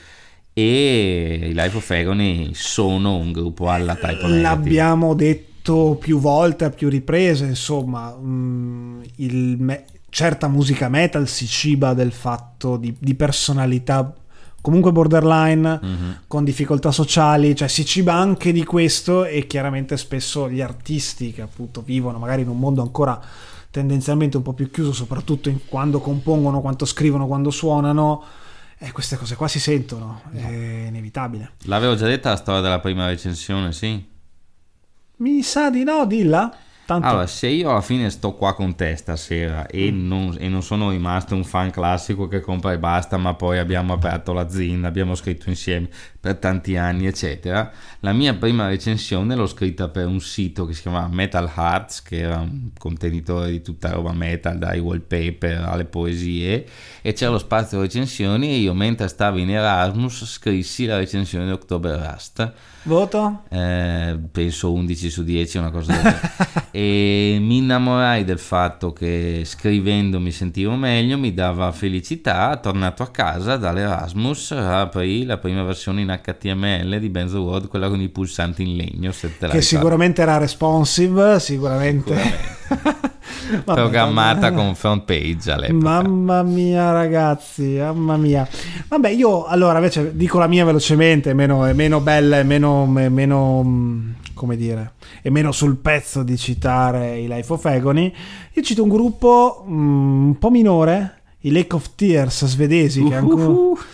e i Life of Agony sono un gruppo alla Type O Negative. L'abbiamo detto più volte, a più riprese, insomma, mh, il me- certa musica metal si ciba del fatto di, di personalità comunque borderline, mm-hmm. con difficoltà sociali, cioè si ciba anche di questo. E chiaramente spesso gli artisti che appunto vivono magari in un mondo ancora tendenzialmente un po' più chiuso, soprattutto in quando compongono, quando scrivono, quando suonano, e queste cose qua si sentono, no. È inevitabile. L'avevo già detta la storia della prima recensione, sì? Mi sa di no, dilla. Tanto... Allora, se io alla fine sto qua con te stasera e, mm. non, e non sono rimasto un fan classico che compra e basta, ma poi abbiamo aperto la zin, abbiamo scritto insieme per tanti anni, eccetera, la mia prima recensione l'ho scritta per un sito che si chiamava Metal Hearts, che era un contenitore di tutta roba metal, dai wallpaper alle poesie, e c'era lo spazio recensioni, e io mentre stavo in Erasmus scrissi la recensione di October Rust. Voto? Eh, penso undici su dieci, una cosa del genere. e mi innamorai del fatto che scrivendo mi sentivo meglio, mi dava felicità. Tornato a casa dall'Erasmus aprì la prima versione in H T M L di Benzo Word, quella con i pulsanti in legno, se te la che ricordi. Sicuramente era responsive, sicuramente, sicuramente. Vabbè, programmata con front page all'epoca. Mamma mia ragazzi, mamma mia. Vabbè, io allora invece dico la mia velocemente, è meno, è meno bella, è meno, è meno, come dire, è meno sul pezzo di citare i Life of Agony. Io cito un gruppo um, un po' minore, i Lake of Tears svedesi, uh, che ancora uh, uh.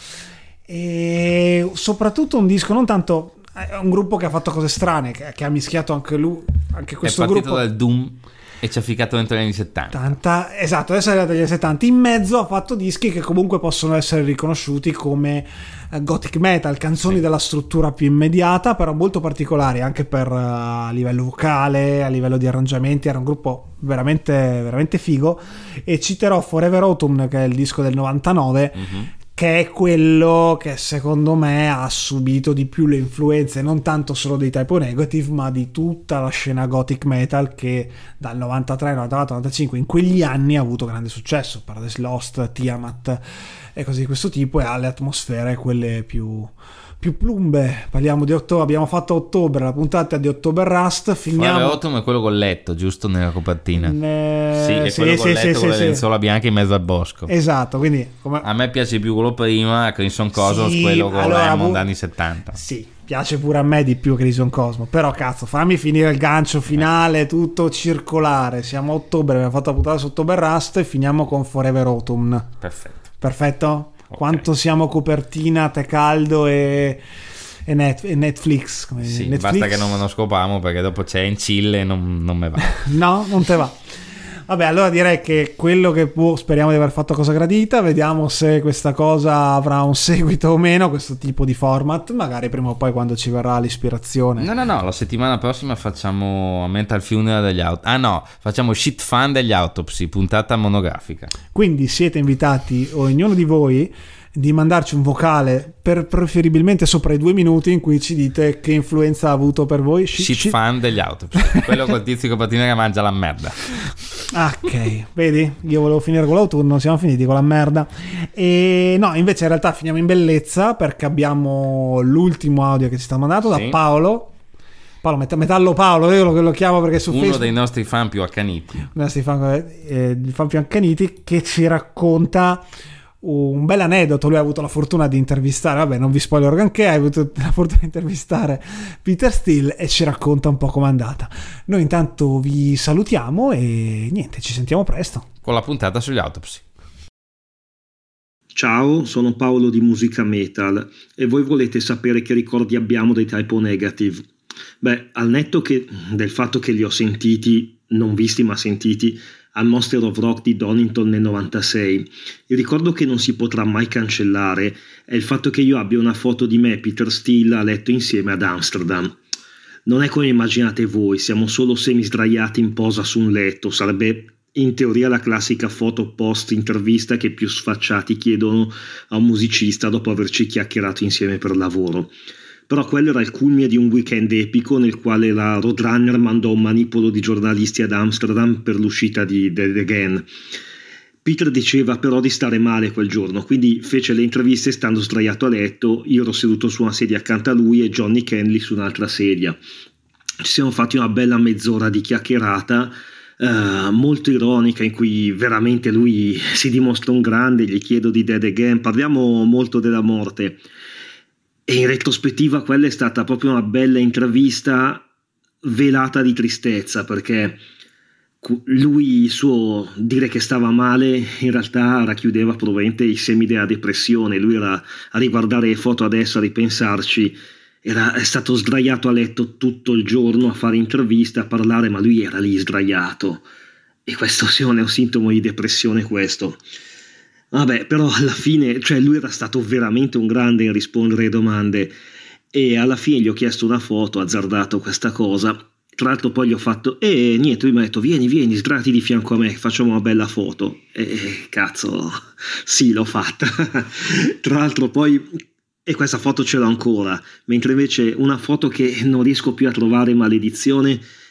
E soprattutto un disco non tanto, è un gruppo che ha fatto cose strane, che, che ha mischiato anche lui, anche questo è partito gruppo dal doom e ci ha ficato dentro gli anni settanta. Esatto, adesso è arrivato agli anni settanta. In mezzo ha fatto dischi che comunque possono essere riconosciuti come gothic metal, canzoni sì. della struttura più immediata, però molto particolari anche per uh, a livello vocale, a livello di arrangiamenti. Era un gruppo veramente veramente figo, e citerò Forever Autumn, che è il disco del novantanove, mm-hmm. che è quello che secondo me ha subito di più le influenze non tanto solo dei Type O Negative, ma di tutta la scena gothic metal che dal novantatré, novantaquattro, novantacinque in quegli anni ha avuto grande successo. Paradise Lost, Tiamat e così di questo tipo, e ha le atmosfere quelle più più plumbe. Parliamo di ottobre, abbiamo fatto ottobre, la puntata di October Rust. Finiamo. Forever Autumn è quello col letto, giusto, nella copertina? Ne... Sì, è sì, quello sì, col letto sì, con sì, le lenzuola bianche in mezzo al bosco. Esatto, quindi come... a me piace più quello prima, Crimson Cosmos, sì, quello con allora, Lemon bu... anni settanta. Sì, piace pure a me di più Crimson Cosmos, però cazzo, fammi finire il gancio finale, tutto circolare. Siamo a ottobre, abbiamo fatto la puntata su October Rust e finiamo con Forever Autumn. Perfetto. Perfetto? Okay. Quanto siamo copertina, tè caldo e... E, net, e Netflix, come sì, Netflix. Basta che non me lo scopiamo, perché dopo c'è in chill e non, non me va. No, non te va. Vabbè, allora direi che quello che può, speriamo di aver fatto cosa gradita. Vediamo se questa cosa avrà un seguito o meno, questo tipo di format, magari prima o poi quando ci verrà l'ispirazione. No, no, no, la settimana prossima facciamo Mental Funeral degli Autopsy. Ah no, facciamo Shit Fan degli Autopsy, puntata monografica. Quindi siete invitati, ognuno di voi, di mandarci un vocale per preferibilmente sopra i due minuti in cui ci dite che influenza ha avuto per voi Shit, shit Fan degli Autopsy, quello col tizio copertina che mangia la merda. Ok, vedi, io volevo finire con l'autunno, siamo finiti con la merda. E no, invece in realtà finiamo in bellezza, perché abbiamo l'ultimo audio che ci sta mandato sì. da Paolo Paolo, met- Metallo Paolo, io lo, lo chiamo perché su uno Facebook, dei nostri fan più accaniti, uno dei nostri fan, eh, fan più accaniti, che ci racconta un bel aneddoto. Lui ha avuto la fortuna di intervistare, vabbè non vi spoiler granché, ha avuto la fortuna di intervistare Peter Steele e ci racconta un po' com'è andata. Noi intanto vi salutiamo e niente, ci sentiamo presto con la puntata sugli Autopsy. Ciao, sono Paolo di Musica Metal e voi volete sapere che ricordi abbiamo dei Type O Negative. Beh, al netto che, del fatto che li ho sentiti, non visti ma sentiti, al Monster of Rock di Donington nel novantasei, il ricordo che non si potrà mai cancellare è il fatto che io abbia una foto di me e Peter Steele a letto insieme ad Amsterdam. Non è come immaginate voi, siamo solo semi sdraiati in posa su un letto, sarebbe in teoria la classica foto post intervista che più sfacciati chiedono a un musicista dopo averci chiacchierato insieme per lavoro. Però quello era il culmine di un weekend epico nel quale la Roadrunner mandò un manipolo di giornalisti ad Amsterdam per l'uscita di Dead Again. Peter diceva però di stare male quel giorno, quindi fece le interviste stando sdraiato a letto, io ero seduto su una sedia accanto a lui e Johnny Kenley su un'altra sedia. Ci siamo fatti una bella mezz'ora di chiacchierata, Uh, molto ironica, in cui veramente lui si dimostra un grande, gli chiedo di Dead Again, parliamo molto della morte. E in retrospettiva quella è stata proprio una bella intervista velata di tristezza, perché lui, il suo dire che stava male in realtà racchiudeva probabilmente i semi della depressione. Lui era a riguardare le foto adesso, a ripensarci, era, è stato sdraiato a letto tutto il giorno a fare interviste, a parlare, ma lui era lì sdraiato, e questo sì, è un sintomo di depressione questo. Vabbè, però alla fine, cioè lui era stato veramente un grande in rispondere alle domande, e alla fine gli ho chiesto una foto, azzardato questa cosa. Tra l'altro poi gli ho fatto, e niente, lui mi ha detto vieni, vieni, sdraiati di fianco a me, facciamo una bella foto. E cazzo, sì, l'ho fatta. Tra l'altro poi, e questa foto ce l'ho ancora, mentre invece una foto che non riesco più a trovare, maledizione,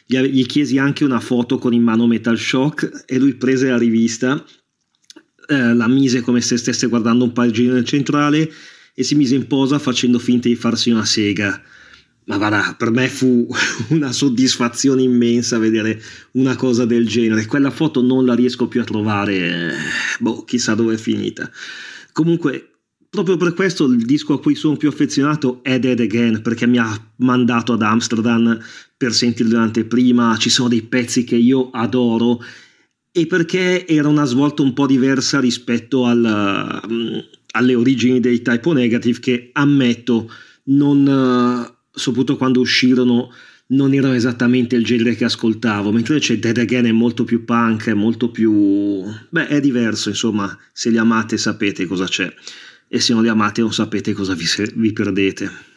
gli, gli chiesi anche una foto con in mano Metal Shock e lui prese la rivista, eh, la mise come se stesse guardando un pagino centrale e si mise in posa facendo finta di farsi una sega. Ma guarda, per me fu una soddisfazione immensa vedere una cosa del genere. Quella foto non la riesco più a trovare, boh, chissà dove è finita. Comunque, proprio per questo il disco a cui sono più affezionato è Dead Again, perché mi ha mandato ad Amsterdam per sentirlo in anteprima. Ci sono dei pezzi che io adoro e perché era una svolta un po' diversa rispetto al, alle origini dei Type O Negative, che ammetto non, soprattutto quando uscirono, non erano esattamente il genere che ascoltavo, mentre invece Dead Again è molto più punk, è molto più, beh, è diverso. Insomma, se li amate sapete cosa c'è, e se non li amate non sapete cosa vi, vi perdete.